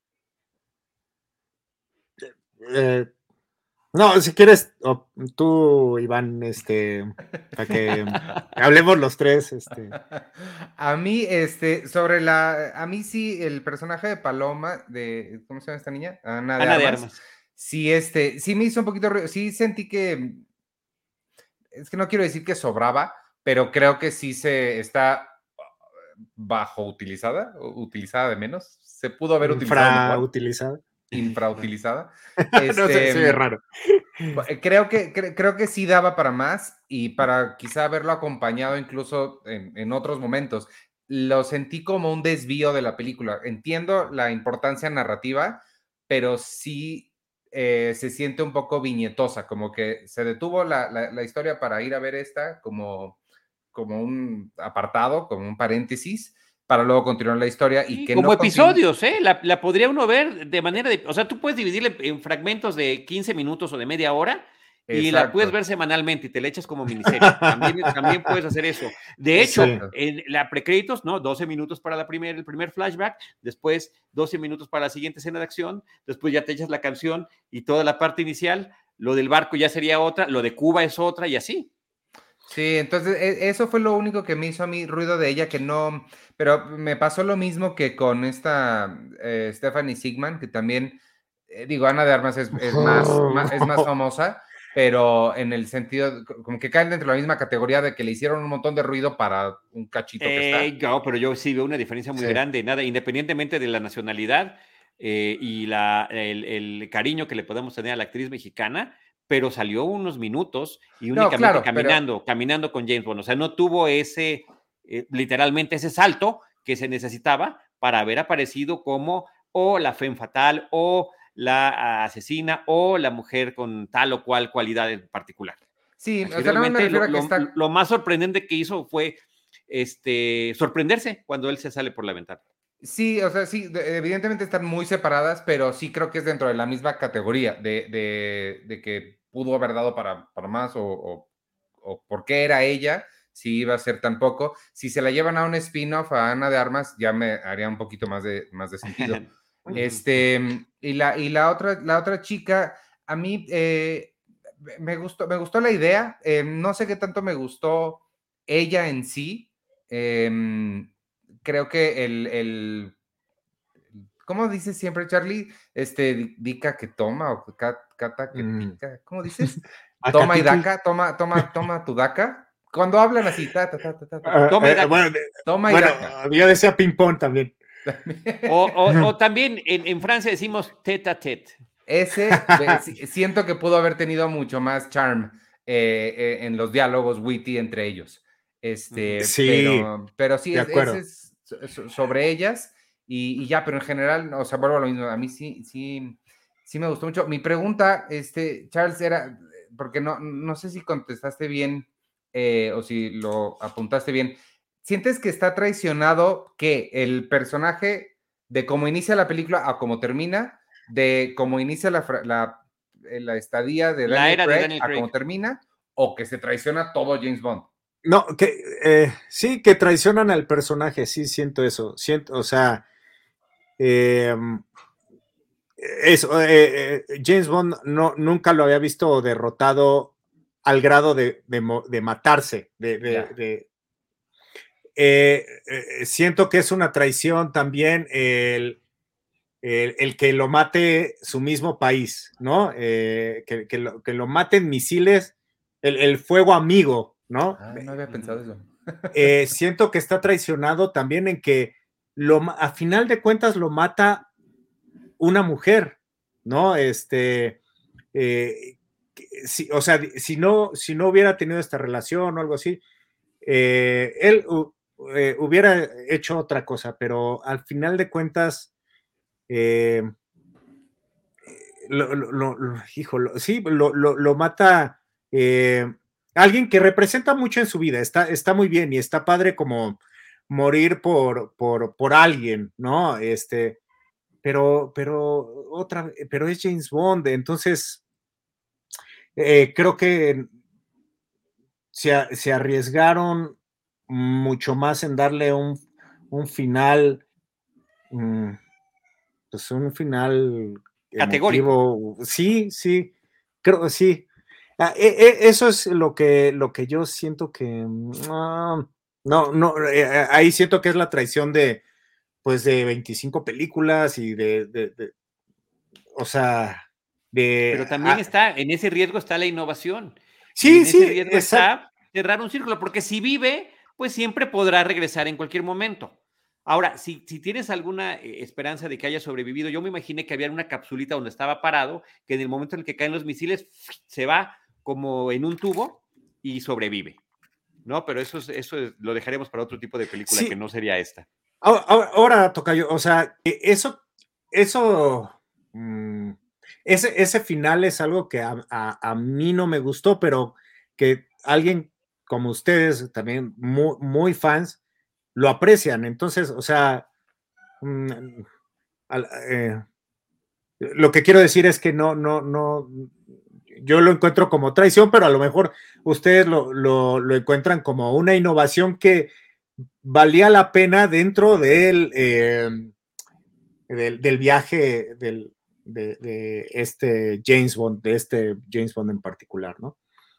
Eh, no, si quieres, oh, tú, Iván, este, para que hablemos los tres. Este. A mí, este, sobre la, a mí sí, el personaje de Paloma, de, ¿cómo se llama esta niña? Ana de, Ana Armas, de Armas. Sí, este, sí me hizo un poquito, sí sentí que, es que no quiero decir que sobraba, pero creo que sí se está bajo utilizada, utilizada de menos, se pudo haber utilizado infrautilizada. Infrautilizada. Este, no sé, se ve raro. Creo que, cre, creo que sí daba para más y para quizá haberlo acompañado incluso en, en otros momentos. Lo sentí como un desvío de la película. Entiendo la importancia narrativa, pero sí eh, se siente un poco viñetosa, como que se detuvo la, la, la historia para ir a ver esta como, como un apartado, como un paréntesis, para luego continuar la historia. Y sí, que como no episodios, continu- ¿eh? La, la podría uno ver de manera de... O sea, tú puedes dividirle en fragmentos de quince minutos o de media hora y Exacto. la puedes ver semanalmente y te la echas como miniserie. también, también puedes hacer eso. De hecho, sí. en la precréditos, ¿no? doce minutos para la primer, el primer flashback, después doce minutos para la siguiente escena de acción, después ya te echas la canción y toda la parte inicial, lo del barco ya sería otra, lo de Cuba es otra y así. Sí, entonces eso fue lo único que me hizo a mí ruido de ella, que no, pero me pasó lo mismo que con esta eh, Stephanie Sigman, que también, eh, digo, Ana de Armas es, es, más, más, es más famosa, pero en el sentido, como que caen dentro de la misma categoría de que le hicieron un montón de ruido para un cachito que eh, está. No, pero yo sí veo una diferencia muy sí. grande, nada, independientemente de la nacionalidad eh, y la, el, el cariño que le podemos tener a la actriz mexicana, pero salió unos minutos y únicamente no, claro, caminando, pero... caminando con James Bond. O sea, no tuvo ese, eh, literalmente ese salto que se necesitaba para haber aparecido como o la femme fatal o la asesina o la mujer con tal o cual cualidad en particular. Sí, o sea, no me refiero lo, a que lo, está... lo más sorprendente que hizo fue este, sorprenderse cuando él se sale por la ventana. Sí, o sea, sí, evidentemente están muy separadas, pero sí creo que es dentro de la misma categoría de, de, de que pudo haber dado para, para más o, o, o por qué era ella, si iba a ser tan poco. Si se la llevan a un spin-off a Ana de Armas, ya me haría un poquito más de, más de sentido. este, y la, y la, otra, la otra chica, a mí eh, me, gustó, me gustó la idea, eh, no sé qué tanto me gustó ella en sí, eh, creo que el, el, ¿cómo dices siempre, Charlie? Este, dica que toma o cata que pica, ¿cómo dices? Toma y daca, toma, toma, toma tu daca. Cuando hablan así, ta, ta, ta, ta, ta. Uh, toma y daca. Eh, bueno, toma y bueno, daca. Yo decía ping-pong también. O, o, o también en, en Francia decimos tete a tete. Ese, siento que pudo haber tenido mucho más charm eh, eh, en los diálogos witty entre ellos. Este, sí, pero, pero sí, es, es, es sobre ellas y, y ya, pero en general, o sea, vuelvo a lo mismo, a mí sí, sí, sí me gustó mucho. Mi pregunta, este, Charles, era, porque no, no sé si contestaste bien eh, o si lo apuntaste bien. ¿Sientes que está traicionado que el personaje de cómo inicia la película a cómo termina, de cómo inicia la, la, la estadía de La Daniel era Craig de Daniel a Craig. cómo termina, o que se traiciona todo James Bond? No, que eh, sí, que traicionan al personaje, sí siento eso, siento, o sea, eh, eso, eh, eh, James Bond no, nunca lo había visto derrotado al grado de, de, de matarse, de, de, Yeah. de eh, eh, siento que es una traición también el, el, el que lo mate su mismo país, ¿no? Eh, que, que, lo, que lo maten misiles, el, el fuego amigo, ¿no? Ah, no había pensado eso. Eh, siento que está traicionado también en que lo, a final de cuentas lo mata una mujer, ¿no? Este, eh, si, o sea, si no, si no hubiera tenido esta relación o algo así, eh, él uh, eh, hubiera hecho otra cosa, pero al final de cuentas, eh, lo, lo, lo, híjole, sí, lo, lo, lo mata eh, alguien que representa mucho en su vida, está, está muy bien y está padre como morir por, por, por alguien, ¿no? Este, pero, pero, otra, pero es James Bond, entonces eh, creo que se, se, arriesgaron mucho más en darle un, un final, mmm, pues un final categórico. emotivo, sí, sí, creo, sí. Ah, eh, eh, eso es lo que, lo que yo siento que, uh, no, no, eh, ahí siento que es la traición de, pues de veinticinco películas y de, de, de o sea, de... Pero también ah, está, en ese riesgo está la innovación. Y sí, en sí, ese riesgo exacto. está cerrar un círculo, porque si vive, pues siempre podrá regresar en cualquier momento. Ahora, si, si tienes alguna eh, esperanza de que haya sobrevivido, yo me imaginé que había una capsulita donde estaba parado, que en el momento en el que caen los misiles, se va como en un tubo y sobrevive. ¿No? Pero eso, es, eso es, lo dejaremos para otro tipo de película Sí. que no sería esta. Ahora, ahora, ahora Tocayo, o sea, eso, eso, mmm, ese, ese final es algo que a, a, a, mí no me gustó, pero que alguien como ustedes, también muy, muy fans, lo aprecian. Entonces, o sea, mmm, al, eh, lo que quiero decir es que no, no, no, yo lo encuentro como traición, pero a lo mejor ustedes lo, lo, lo encuentran como una innovación que valía la pena dentro del, eh, del, del, viaje del, de, de, este James Bond, de este James Bond en particular, ¿no?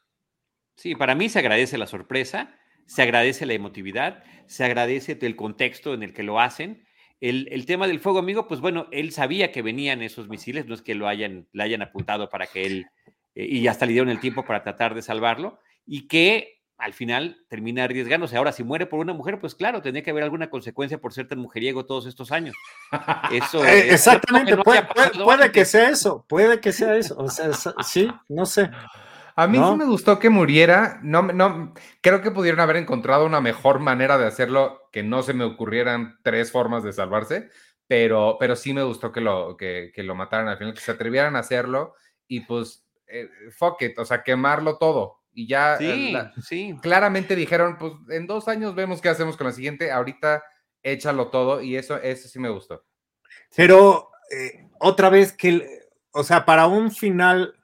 Sí, para mí se agradece la sorpresa, se agradece la emotividad, se agradece el contexto en el que lo hacen. El, el tema del fuego amigo, pues bueno, él sabía que venían esos misiles, no es que lo hayan, le hayan apuntado para que él, eh, y hasta le dieron el tiempo para tratar de salvarlo, y que al final termina arriesgándose. Ahora, si muere por una mujer, pues claro, tendría que haber alguna consecuencia por ser tan mujeriego todos estos años. Eso eh, es exactamente, no puede, puede, puede que sea eso, puede que sea eso, o sea, sí, no sé. A mí ¿no? sí me gustó que muriera. No, no, creo que pudieron haber encontrado una mejor manera de hacerlo, que no se me ocurrieran tres formas de salvarse, pero, pero sí me gustó que lo, que, que lo mataran al final, que se atrevieran a hacerlo y pues, eh, fuck it, o sea, quemarlo todo. Y ya sí, la, sí. claramente dijeron, pues en dos años vemos qué hacemos con la siguiente, ahorita échalo todo y eso, eso sí me gustó. Pero eh, otra vez que, o sea, para un final...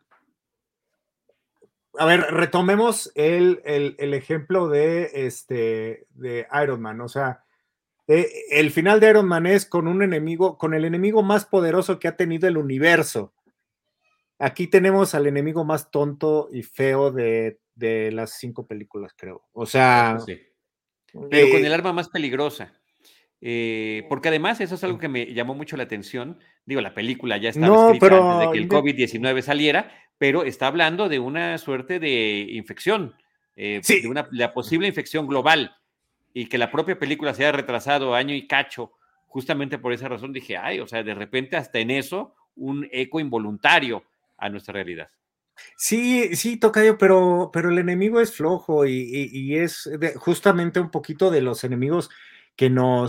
A ver, retomemos el, el, el ejemplo de, este, de Iron Man. O sea, eh, el final de Iron Man es con un enemigo, con el enemigo más poderoso que ha tenido el universo. Aquí tenemos al enemigo más tonto y feo de, de las cinco películas, creo. O sea... Sí. Pero eh, con el arma más peligrosa. Eh, porque además eso es algo que me llamó mucho la atención. Digo, la película ya estaba no, escrita pero... antes de que el COVID diecinueve saliera, pero está hablando de una suerte de infección, eh, sí. de una la posible infección global, y que la propia película se haya retrasado año y cacho, justamente por esa razón dije, ay, o sea, de repente hasta en eso, un eco involuntario a nuestra realidad. Sí, sí, Tocayo, pero, pero el enemigo es flojo y, y, y es de, justamente un poquito de los enemigos que nos,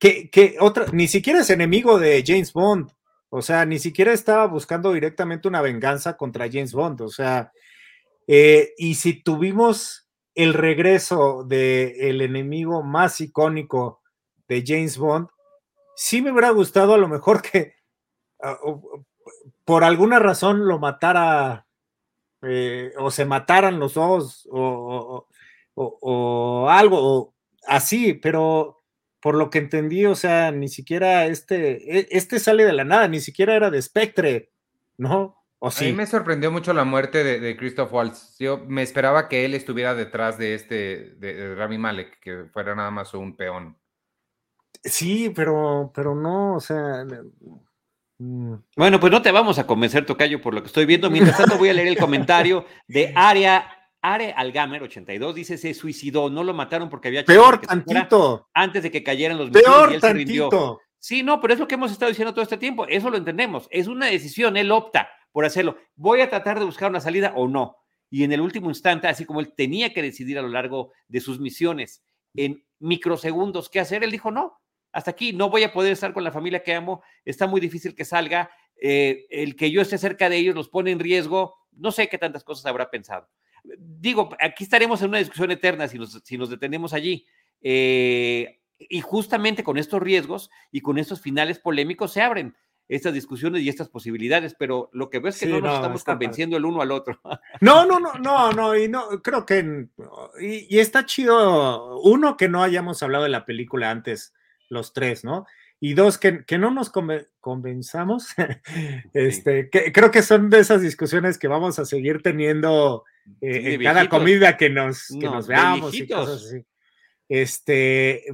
que, que otra, ni siquiera es enemigo de James Bond, o sea, ni siquiera estaba buscando directamente una venganza contra James Bond, o sea, eh, y si tuvimos el regreso del enemigo más icónico de James Bond, sí me hubiera gustado a lo mejor que uh, por alguna razón lo matara eh, o se mataran los dos o, o, o, o algo o así, pero por lo que entendí, o sea, ni siquiera este, este sale de la nada, ni siquiera era de Spectre, ¿no? ¿O sí? A mí me sorprendió mucho la muerte de, de Christoph Waltz. Yo me esperaba que él estuviera detrás de este, de, de Rami Malek, que fuera nada más un peón. Sí, pero, pero no, o sea... Bueno, pues no te vamos a convencer, tocayo, por lo que estoy viendo. Mientras tanto, voy a leer el comentario de Área, Are Algamer ochenta y dos. Dice, se suicidó, no lo mataron porque había... Peor tantito. Antes de que cayeran los misiles Peor y él se tantito. rindió. Sí, no, pero es lo que hemos estado diciendo todo este tiempo. Eso lo entendemos. Es una decisión, él opta por hacerlo. Voy a tratar de buscar una salida o no. Y en el último instante, así como él tenía que decidir a lo largo de sus misiones en microsegundos qué hacer, él dijo no. Hasta aquí, no voy a poder estar con la familia que amo, está muy difícil que salga, eh, el que yo esté cerca de ellos los pone en riesgo, no sé qué tantas cosas habrá pensado. Digo, aquí estaremos en una discusión eterna si nos, si nos detenemos allí, eh, y justamente con estos riesgos y con estos finales polémicos se abren estas discusiones y estas posibilidades, pero lo que veo es que sí, no nos no, estamos convenciendo padre. El uno al otro. No, no, no, no, no, y no, creo que, y, y está chido, uno, que no hayamos hablado de la película antes, los tres, ¿no? Y dos, que, que no nos conven convenzamos, este, sí. que creo que son de esas discusiones que vamos a seguir teniendo eh, sí, en cada comida que nos, que no, nos veamos y cosas así. Este,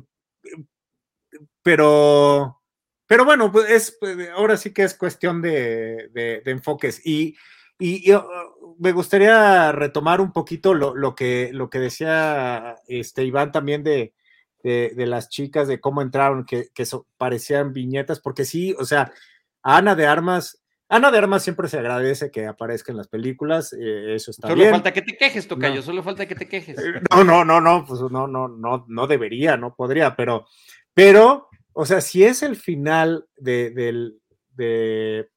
pero, pero bueno, pues es, ahora sí que es cuestión de, de, de enfoques y, y, y uh, me gustaría retomar un poquito lo, lo, que, lo que decía este, Iván también de De, de las chicas, de cómo entraron, que, que so, parecían viñetas, porque sí, o sea, a Ana de Armas, Ana de Armas siempre se agradece que aparezca en las películas, eh, eso está solo bien. Solo falta que te quejes, tocayo, no. Solo falta que te quejes. No, no, no, no, pues no, no, no, no debería, no podría, pero, pero, o sea, si es el final de, del, de,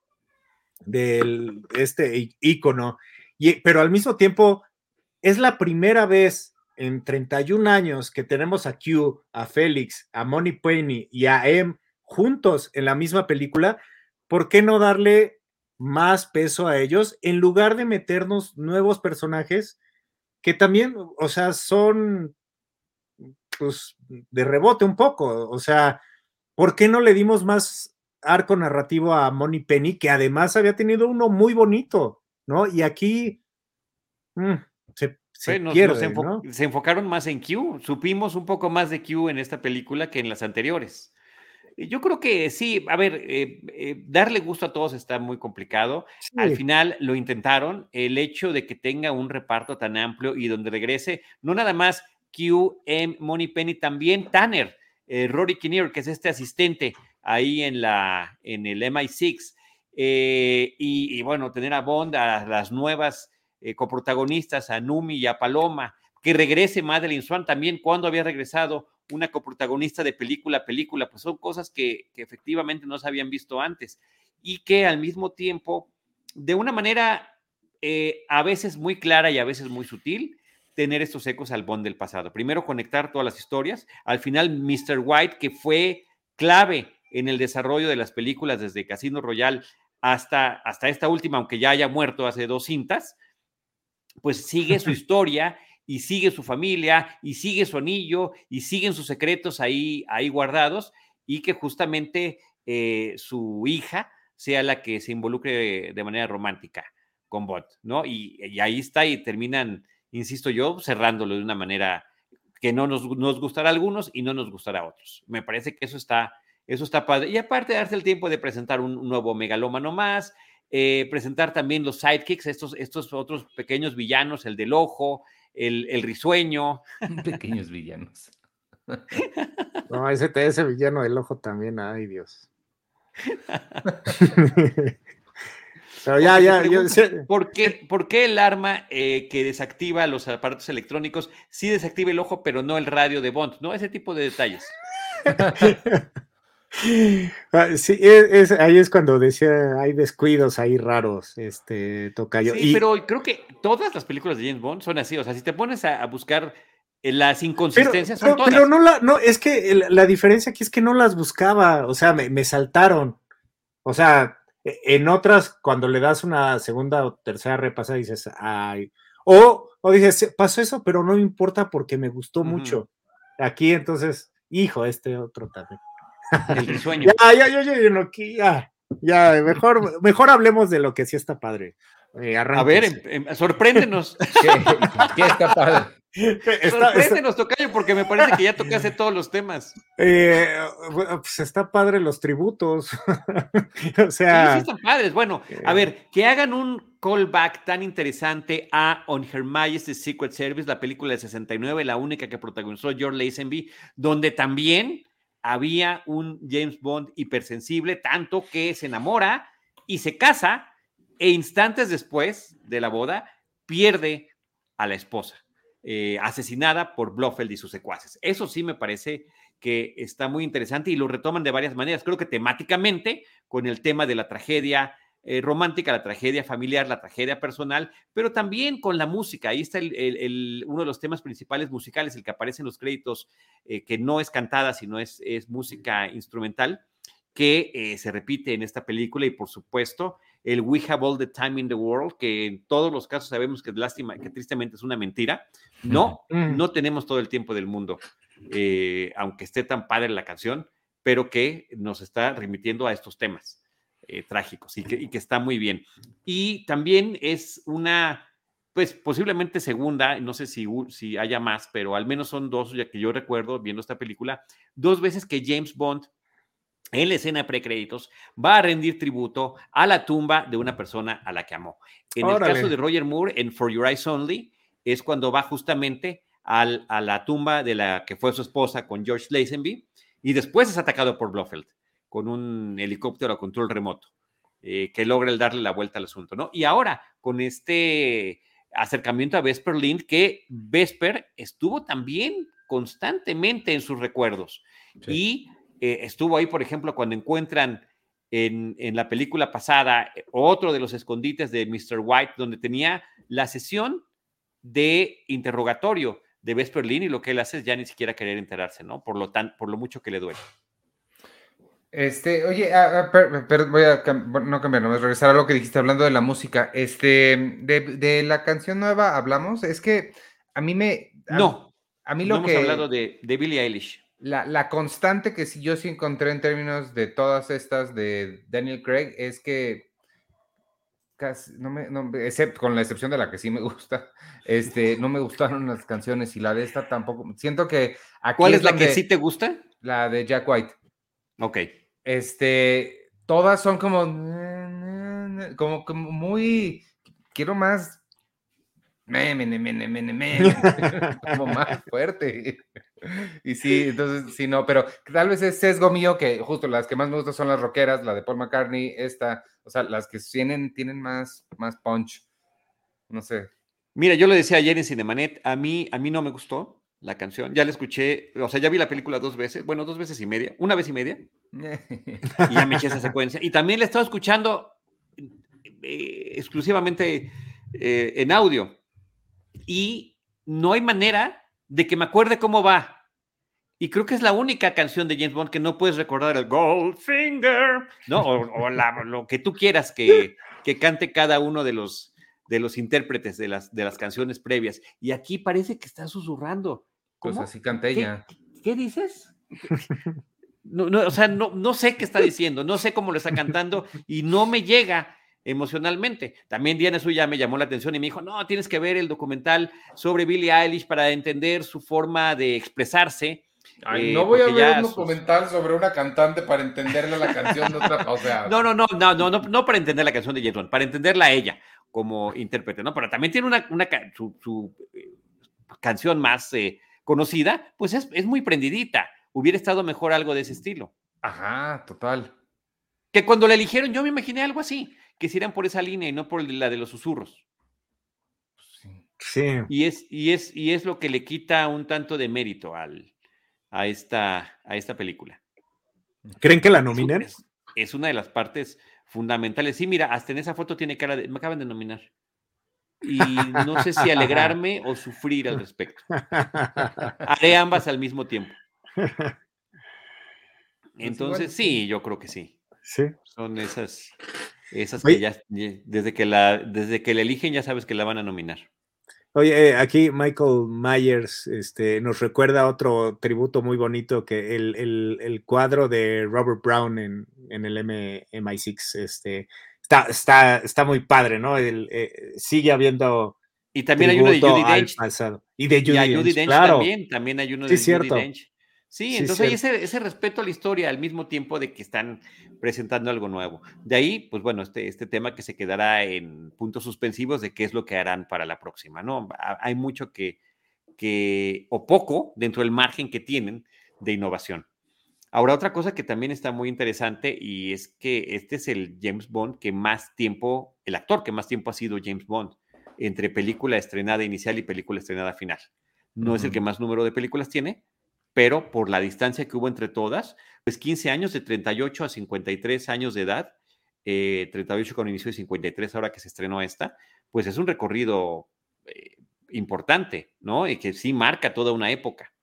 del, este ícono, y, pero al mismo tiempo, es la primera vez en treinta y un años que tenemos a Q, a Félix, a Moneypenny y a M juntos en la misma película, ¿por qué no darle más peso a ellos en lugar de meternos nuevos personajes que también, o sea, son pues de rebote un poco? O sea, ¿por qué no le dimos más arco narrativo a Moneypenny, que además había tenido uno muy bonito, ¿no? Y aquí mmm, se Se, nos, pierde, nos enfo ¿no? se enfocaron más en Q, supimos un poco más de Q en esta película que en las anteriores. Yo creo que sí, a ver, eh, eh, darle gusto a todos está muy complicado. Sí. Al final lo intentaron, el hecho de que tenga un reparto tan amplio y donde regrese, no nada más Q, M, Moneypenny, también Tanner, eh, Rory Kinnear, que es este asistente ahí en, la, en el M I seis, eh, y, y bueno, tener a Bond, a las nuevas Eh, coprotagonistas, a Numi y a Paloma, que regrese Madeleine Swann también, cuando había regresado una coprotagonista de película a película, pues son cosas que, que efectivamente no se habían visto antes y que al mismo tiempo, de una manera eh, a veces muy clara y a veces muy sutil, tener estos ecos al Bond del pasado. Primero conectar todas las historias, al final mister White, que fue clave en el desarrollo de las películas desde Casino Royale hasta, hasta esta última, aunque ya haya muerto hace dos cintas, pues sigue su historia y sigue su familia y sigue su anillo y siguen sus secretos ahí, ahí guardados, y que justamente eh, su hija sea la que se involucre de manera romántica con Bond, ¿no? Y, y ahí está y terminan, insisto yo, cerrándolo de una manera que no nos, nos gustará a algunos y no nos gustará a otros. Me parece que eso está, eso está padre. Y aparte darse el tiempo de presentar un, un nuevo megalómano más, Eh, presentar también los sidekicks, estos, estos otros pequeños villanos, el del ojo, el, el risueño. Pequeños villanos. No, ese, ese villano del ojo también, ay Dios. Pero ya, ya, yo sé. ¿Por qué, ¿Por qué el arma eh, que desactiva los aparatos electrónicos sí desactiva el ojo, pero no el radio de Bond? ¿No? Ese tipo de detalles. Sí, es, es, ahí es cuando decía, hay descuidos ahí raros, este, tocayo. Sí, y, pero creo que todas las películas de James Bond son así, o sea, si te pones a, a buscar eh, las pero, inconsistencias, son pero, todas. pero no la, no, es que la, la diferencia aquí es que no las buscaba, o sea, me, me saltaron. O sea, en otras, cuando le das una segunda o tercera repasada, dices, ay, o, o dices, pasó eso, pero no me importa porque me gustó Ujú. mucho. Aquí, entonces, hijo, este otro también. El risueño. Ya, ya, ya, ya, ya, no, aquí, ya, ya, mejor, mejor hablemos de lo que sí está padre. Eh, A ver, arránquense. em- em, sorpréndenos. ¿Qué, qué está padre? Está, está, Sorpréndenos, tocayo, porque me parece que ya tocaste todos los temas. eh, bueno, pues está padre los tributos. O Sí, sí sea, están padres. Bueno, a eh, ver, que hagan un callback tan interesante a On Her Majesty's Secret Service, la película de sesenta y nueve, la única que protagonizó George Lazenby, donde también había un James Bond hipersensible, tanto que se enamora y se casa, e instantes después de la boda pierde a la esposa, eh, asesinada por Blofeld y sus secuaces. Eso sí me parece que está muy interesante y lo retoman de varias maneras. Creo que temáticamente, con el tema de la tragedia eh, romántica, la tragedia familiar, la tragedia personal, pero también con la música. Ahí está el, el, el, uno de los temas principales musicales, el que aparece en los créditos, eh, que no es cantada, sino es, es música instrumental, que eh, se repite en esta película, y por supuesto el We Have All the Time in the World, que en todos los casos sabemos que es lástima, que tristemente es una mentira. No, mm. no tenemos todo el tiempo del mundo, eh, aunque esté tan padre la canción, pero que nos está remitiendo a estos temas eh, trágicos y que, y que está muy bien. Y también es una, pues posiblemente segunda, no sé si, si haya más, pero al menos son dos, ya que yo recuerdo viendo esta película, dos veces que James Bond, en la escena de precréditos, va a rendir tributo a la tumba de una persona a la que amó. En Órale. el caso de Roger Moore, en For Your Eyes Only, es cuando va justamente al, a la tumba de la que fue su esposa con George Lazenby, y después es atacado por Blofeld con un helicóptero a control remoto, eh, que logra el darle la vuelta al asunto, ¿no? Y ahora, con este acercamiento a Vesper Lynd, que Vesper estuvo también constantemente en sus recuerdos. Sí. Y Eh, estuvo ahí, por ejemplo, cuando encuentran en, en la película pasada otro de los escondites de mister White, donde tenía la sesión de interrogatorio de Vesper Lynd, y lo que él hace es ya ni siquiera querer enterarse, ¿no? Por lo, tan, por lo mucho que le duele. Este, oye, ah, per, per, voy a cam no cambiar, no, regresar a lo que dijiste hablando de la música. Este, de, de la canción nueva hablamos, es que a mí me... A, no, a mí no lo hemos que... hablado de, de Billie Eilish. La, la constante que sí, yo sí encontré en términos de todas estas de Daniel Craig es que casi, no me, no, excepto, con la excepción de la que sí me gusta, este, no me gustaron las canciones, y la de esta tampoco. Siento que aquí ¿Cuál es, es la donde, que sí te gusta? La de Jack White. Ok. Este, todas son como, como, como muy, quiero más, me, me, me, me, me, me, como más fuerte. Y sí, entonces, sí, no, pero tal vez es sesgo mío, que justo las que más me gustan son las rockeras, la de Paul McCartney, esta, o sea, las que tienen, tienen más, más punch, no sé. Mira, yo lo decía ayer en Cinemanet, a mí, a mí no me gustó la canción, ya la escuché, o sea, ya vi la película dos veces, bueno, dos veces y media, una vez y media, y ya me eché esa secuencia, y también la he estado escuchando eh, exclusivamente eh, en audio, y no hay manera de que me acuerde cómo va. Y creo que es la única canción de James Bond que no puedes recordar el Goldfinger, ¿no? O, o la, lo que tú quieras que, que cante cada uno de los, de los intérpretes de las, de las canciones previas. Y aquí parece que está susurrando. ¿Cómo? Pues así canta ella. ¿Qué, ¿Qué dices? No, no, o sea, no, no sé qué está diciendo, no sé cómo lo está cantando y no me llega emocionalmente. También Diana Suya me llamó la atención y me dijo, no, tienes que ver el documental sobre Billie Eilish para entender su forma de expresarse. Ay, no eh, voy a ver un documental sus... sobre una cantante para entenderle la canción de otra, o sea... No, no, no, no, no, no, no para entender la canción de James Bond, para entenderla a ella como intérprete, ¿no? Pero también tiene una, una su, su eh, canción más eh, conocida, pues es, es muy prendidita. Hubiera estado mejor algo de ese estilo. Ajá, total. Que cuando la eligieron yo me imaginé algo así, que se irán por esa línea y no por la de los susurros. Sí. Y es, y es, y es lo que le quita un tanto de mérito al, a esta, a esta película. ¿Creen que la nominen? Es, es una de las partes fundamentales. Sí, mira, hasta en esa foto tiene cara de, me acaban de nominar. Y no sé si alegrarme o sufrir al respecto. Haré ambas al mismo tiempo. Entonces, sí, yo creo que sí. Sí. Son esas, esas que ya, desde que la, desde que la eligen, ya sabes que la van a nominar. Oye, eh, aquí Michael Myers este, nos recuerda otro tributo muy bonito, que el, el, el cuadro de Robert Brown en, en el M I seis este, está, está, está muy padre, ¿no? El, eh, sigue habiendo y también hay uno de Judi Dench. Pasado. Y de Judi, y a Dench, Judi Dench claro. también, también hay uno sí, de cierto. Judi Dench. Sí, sí, entonces hay ese, ese respeto a la historia al mismo tiempo de que están presentando algo nuevo. De ahí, pues bueno, este, este tema que se quedará en puntos suspensivos de qué es lo que harán para la próxima, ¿no? Hay mucho que, que o poco dentro del margen que tienen de innovación. Ahora, otra cosa que también está muy interesante y es que este es el James Bond que más tiempo, el actor que más tiempo ha sido James Bond, entre película estrenada inicial y película estrenada final. No uh-huh. es el que más número de películas tiene, pero por la distancia que hubo entre todas, pues quince años, de treinta y ocho a cincuenta y tres años de edad, eh, treinta y ocho con inicio y cincuenta y tres ahora que se estrenó esta, pues es un recorrido eh, importante, ¿no? Y que sí marca toda una época.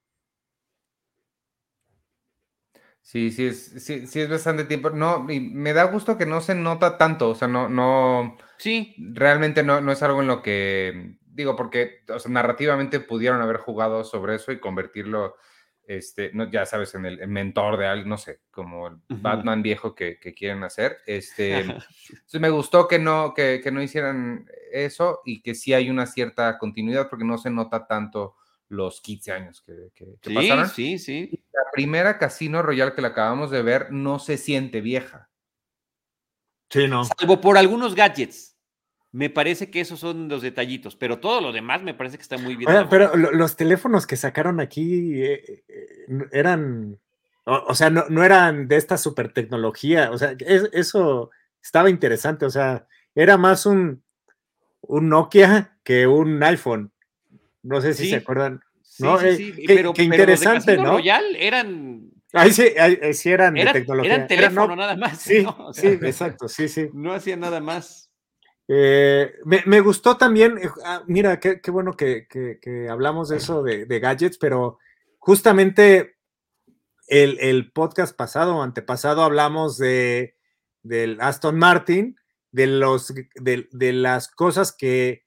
Sí, sí es, sí, sí es bastante tiempo. No, y me da gusto que no se nota tanto, o sea, no, no, sí, realmente no, no es algo en lo que, digo, porque, o sea, narrativamente pudieron haber jugado sobre eso y convertirlo, este, no, ya sabes, en el, el mentor de alguien, no sé, como el uh-huh. Batman viejo que, que quieren hacer. Este, entonces me gustó que no, que, que no hicieran eso y que sí hay una cierta continuidad porque no se nota tanto los quince años que, que, que sí, pasaron. Sí, sí, sí. La primera Casino Royale que la acabamos de ver no se siente vieja. Sí, no. Salvo por algunos gadgets. Me parece que esos son los detallitos, pero todo lo demás me parece que está muy bien. Oye, pero lo, los teléfonos que sacaron aquí eh, eh, eran, o, o sea, no, no eran de esta super tecnología, o sea, es, eso estaba interesante, o sea, era más un, un Nokia que un iPhone. No sé si sí, se acuerdan. Sí, ¿no? sí, eh, sí, qué, pero, qué pero interesante, los de Casino ¿no? Royale eran... Ahí sí, ahí, sí eran era, de tecnología. Eran teléfono Era, no, nada más. Sí, ¿no? O sea, sí, exacto, sí, sí. No hacían nada más. Eh, me, me gustó también, eh, ah, mira, qué, qué bueno que, que, que hablamos de eso, de, de gadgets, pero justamente el, el podcast pasado o antepasado hablamos de del Aston Martin, de, los, de, de las cosas que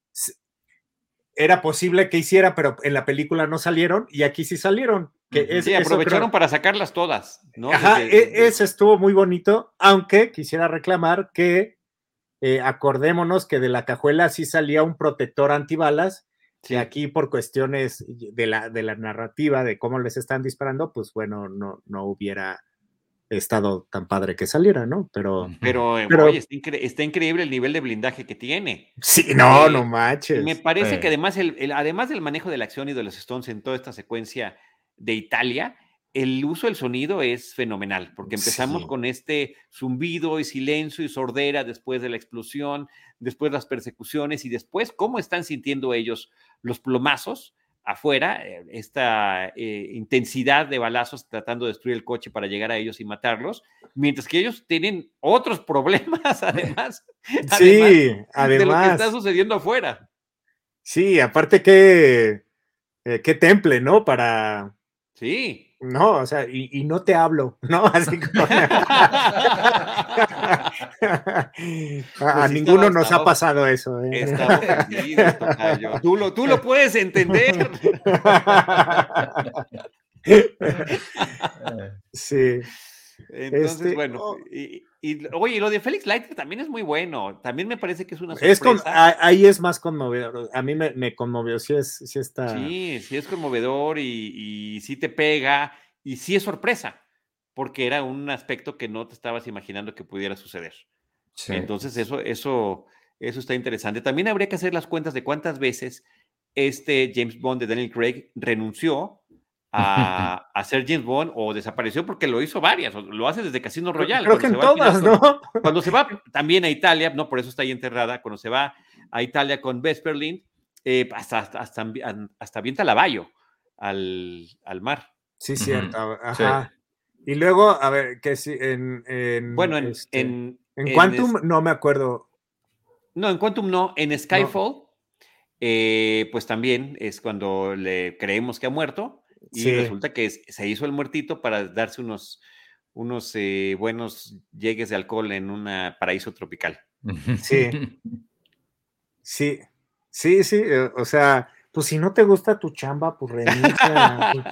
era posible que hiciera, pero en la película no salieron, y aquí sí salieron. Que es, sí, aprovecharon creo, para sacarlas todas, ¿no? Ajá, Desde, desde... ese estuvo muy bonito, aunque quisiera reclamar que eh, acordémonos que de la cajuela sí salía un protector antibalas, sí. que aquí por cuestiones de la, de la narrativa, de cómo les están disparando, pues bueno, no, no hubiera estado tan padre que saliera, ¿no? Pero, pero, pero oye, está, incre está, increíble el nivel de blindaje que tiene. Sí, no, eh, no manches. Me parece eh. que además, el, el, además del manejo de la acción y de los Stones en toda esta secuencia de Italia, el uso del sonido es fenomenal, porque empezamos sí. con este zumbido y silencio y sordera después de la explosión, después las persecuciones y después cómo están sintiendo ellos los plomazos afuera, esta eh, intensidad de balazos tratando de destruir el coche para llegar a ellos y matarlos, mientras que ellos tienen otros problemas además, sí, además, además de lo que está sucediendo afuera. Sí, aparte que eh, qué temple, ¿no? Para... Sí. No, o sea, y, y no te hablo, ¿no? Así como... a, pues a ninguno estaba, nos estaba, ha pasado eso. ¿eh? Está ofendido, tocayo. Tú lo, tú lo puedes entender. Sí. Entonces, este, bueno, oh, y, y oye, lo de Felix Leiter también es muy bueno. También me parece que es una sorpresa. Es con, ahí es más conmovedor. A mí me, me conmovió, sí es, sí está. Sí, sí es conmovedor y, y sí te pega y sí es sorpresa, porque era un aspecto que no te estabas imaginando que pudiera suceder. Sí. Entonces, eso, eso, eso está interesante. También habría que hacer las cuentas de cuántas veces este James Bond de Daniel Craig renunció A, a ser James Bond o desapareció porque lo hizo varias, lo hace desde Casino Royale. Creo que en todas, ¿no? Cuando, cuando se va también a Italia, no, por eso está ahí enterrada, cuando se va a Italia con Vesperlin, eh, hasta, hasta, hasta, hasta avienta Lavalle al, al mar. Sí, cierto. Ujú, Ajá. sí. Y luego, a ver, que sí, en, en, Bueno, en, este, en, en en Quantum es- no me acuerdo. no, en Quantum no, en No. Skyfall, eh, pues también es cuando le creemos que ha muerto y Sí. resulta que es- se hizo el muertito para darse unos, unos eh, buenos llegues de alcohol en un paraíso tropical. Sí. Sí, sí, sí, eh, o sea, pues si no te gusta tu chamba, pues renuncia. Pues.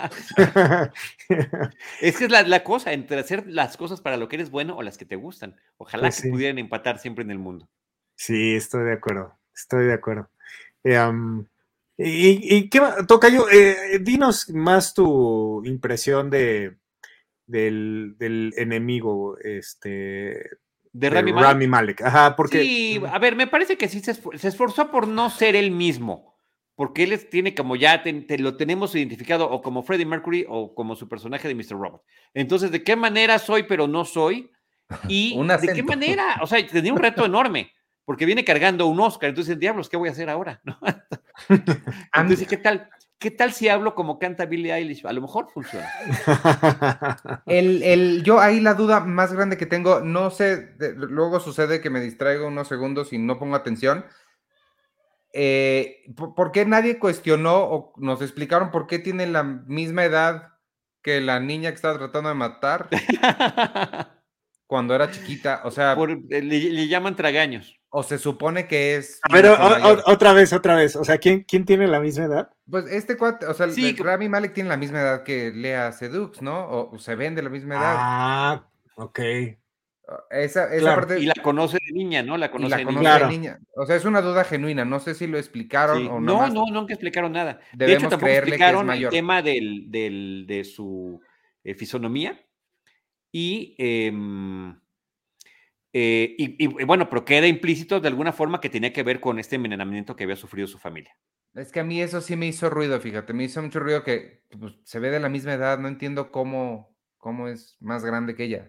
Es que es la, la cosa, entre hacer las cosas para lo que eres bueno o las que te gustan. Ojalá Pues que sí, pudieran empatar siempre en el mundo. sí, estoy de acuerdo, estoy de acuerdo. Eh, um, y, y qué va- Tocayo, eh, dinos más tu impresión de del, del enemigo, este, ¿De de Rami Rami Malek? Malek. Ajá, porque Sí, a ver, me parece que sí se, esfor- se esforzó por no ser él mismo, porque él es- tiene como ya, te, te lo tenemos identificado o como Freddie Mercury o como su personaje de mister Robot. Entonces, ¿de qué manera soy pero no soy? Un ¿Y de qué acento. manera? O sea, tenía un reto enorme, porque viene cargando un Oscar, entonces, diablos, ¿qué voy a hacer ahora? ¿No? A mí- Entonces, ¿qué tal? ¿Qué tal si hablo como canta Billie Eilish? A lo mejor funciona. El, el, yo ahí la duda más grande que tengo, no sé, de- luego sucede que me distraigo unos segundos y no pongo atención. Eh, ¿por, por qué nadie cuestionó o nos explicaron por qué tiene la misma edad que la niña que estaba tratando de matar cuando era chiquita? O sea, Por, eh, le, le llaman tragaños. o se supone que es A ver, o- mucho o- mayor. otra vez, otra vez. O sea, ¿quién, quién tiene la misma edad? Pues este cuate, o sea, el- Sí, el que- Rami Malek tiene la misma edad que Lea Sedux, ¿no? O, o se ven de la misma edad. Ah, ok, Esa, esa claro, y parte, la conoce de niña, ¿no? La y conoce la de conoce niña. de claro. niña. O sea, es una duda genuina. No sé si lo explicaron Sí, o nada no, más no, nunca explicaron nada. De hecho, debemos tampoco creerle que es explicaron el mayor. tema del, del- de su eh, fisonomía y, em, eh, y, y, bueno, pero queda implícito de alguna forma que tenía que ver con este envenenamiento que había sufrido su familia. Es que a mí eso sí me hizo ruido, fíjate, me hizo mucho ruido que pues, se ve de la misma edad, no entiendo cómo, cómo es más grande que ella.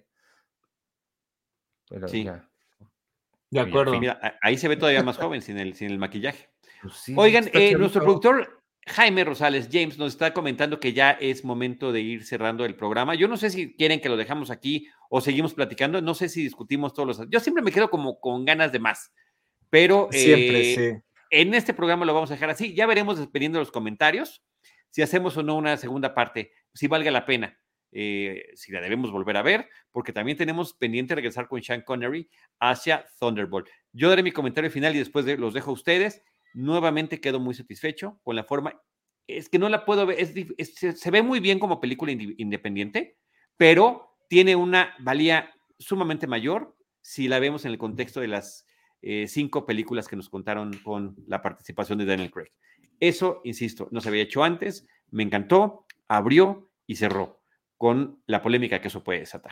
Pero Sí, ya, De y ya, acuerdo. fin. mira, a- ahí se ve todavía más joven sin el, sin el maquillaje. Pues sí, Oigan, está eh, nuestro chavito. productor Jaime Rosales, James, nos está comentando que ya es momento de ir cerrando el programa. Yo no sé si quieren que lo dejamos aquí o seguimos platicando. No sé si discutimos todos los... Yo siempre me quedo como con ganas de más, pero Siempre, eh, sí. en este programa lo vamos a dejar así. Ya veremos dependiendo de los comentarios si hacemos o no una segunda parte, si valga la pena. Eh, si la debemos volver a ver, porque también tenemos pendiente regresar con Sean Connery hacia Thunderbolt. Yo daré mi comentario final y después de, los dejo a ustedes. Nuevamente quedo muy satisfecho con la forma. Es que no la puedo ver, es, es, se ve muy bien como película independiente, pero tiene una valía sumamente mayor si la vemos en el contexto de las eh, cinco películas que nos contaron con la participación de Daniel Craig. Eso, insisto, no se había hecho antes, me encantó, abrió y cerró con la polémica que eso puede desatar.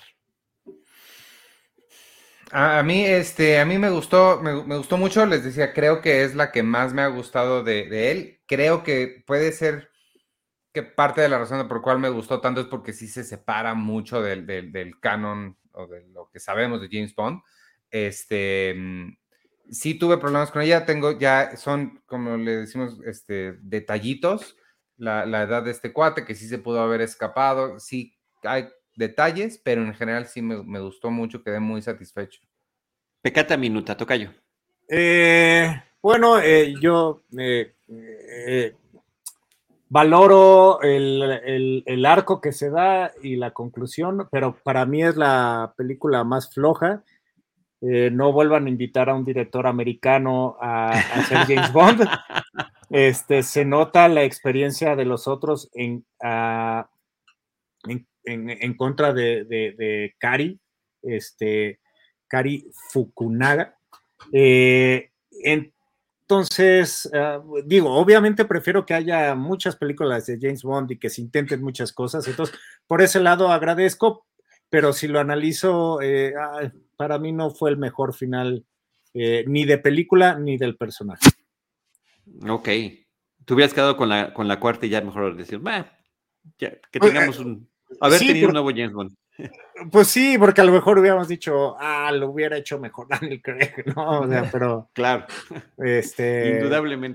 A, a mí, este, a mí me gustó, me, me, gustó mucho, les decía, creo que es la que más me ha gustado de, de él. Creo que puede ser que parte de la razón por la cual me gustó tanto es porque sí se separa mucho del, del, del canon o de lo que sabemos de James Bond. Este, sí tuve problemas con ella, tengo ya, son, como le decimos, este, detallitos, la, la edad de este cuate, que sí se pudo haber escapado, sí hay detalles, pero en general sí me, me gustó mucho, quedé muy satisfecho. Pecata minuta, tocayo. Eh, bueno, eh, yo eh, eh, valoro el, el, el, arco que se da y la conclusión, pero para mí es la película más floja. Eh, no vuelvan a invitar a un director americano a, a hacer James Bond. Este, se nota la experiencia de los otros en, uh, en, en, en, contra de, de, de Kari, este, Kari Fukunaga. Eh, entonces, uh, digo, obviamente prefiero que haya muchas películas de James Bond y que se intenten muchas cosas. Entonces, por ese lado agradezco, pero si lo analizo, eh, para mí no fue el mejor final eh, ni de película ni del personaje. Ok. Te hubieras quedado con la, con la cuarta y ya mejor decir, bah, ya, que tengamos un... Haber sí, tenido por, un nuevo James Bond. Pues sí, porque a lo mejor hubiéramos dicho, ah, lo hubiera hecho mejor Daniel Craig, ¿no? O sea, pero... Claro. Este... Indudablemente.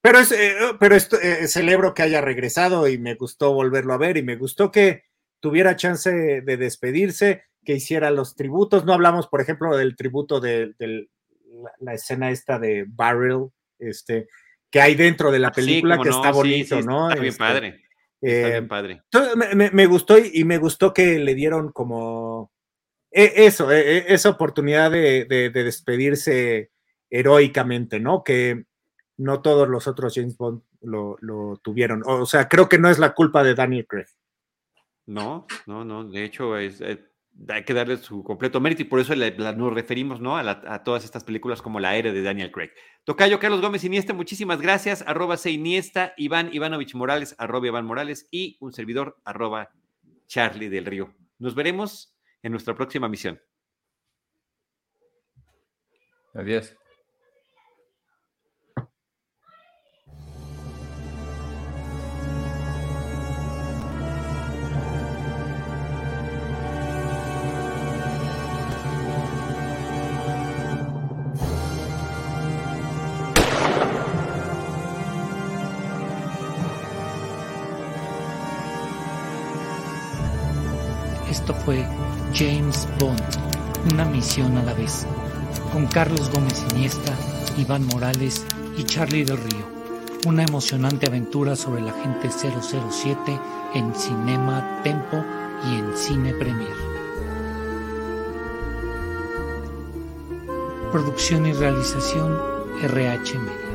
Pero, es, eh, pero esto, eh, celebro que haya regresado y me gustó volverlo a ver y me gustó que tuviera chance de despedirse, que hiciera los tributos. No hablamos, por ejemplo, del tributo de, de la, la escena esta de Barrel, este, que hay dentro de la película, sí, que no, está bonito, sí, sí, ¿no? Está bien este, padre. Está eh, bien padre. Me, me, me gustó y, y me gustó que le dieron como eh, eso, eh, esa oportunidad de, de, de despedirse heroicamente, ¿no? Que no todos los otros James Bond lo, lo tuvieron. O sea, creo que no es la culpa de Daniel Craig. No, no, no. De hecho, es, eh, hay que darle su completo mérito y por eso le, la, nos referimos, ¿no? a, la, a todas estas películas como La Era de Daniel Craig. Tocayo Carlos Gómez Iniesta, muchísimas gracias. Arroba C Iniesta, Iván Ivanovich Morales, arroba Iván Morales y un servidor, arroba Charlie del Río. Nos veremos en nuestra próxima misión. Adiós. Esto fue James Bond, una misión a la vez, con Carlos Gómez Iniesta, Iván Morales y Charlie del Río. Una emocionante aventura sobre el agente cero cero siete en Cinema Tempo y en Cine Premier. Producción y realización R H Media.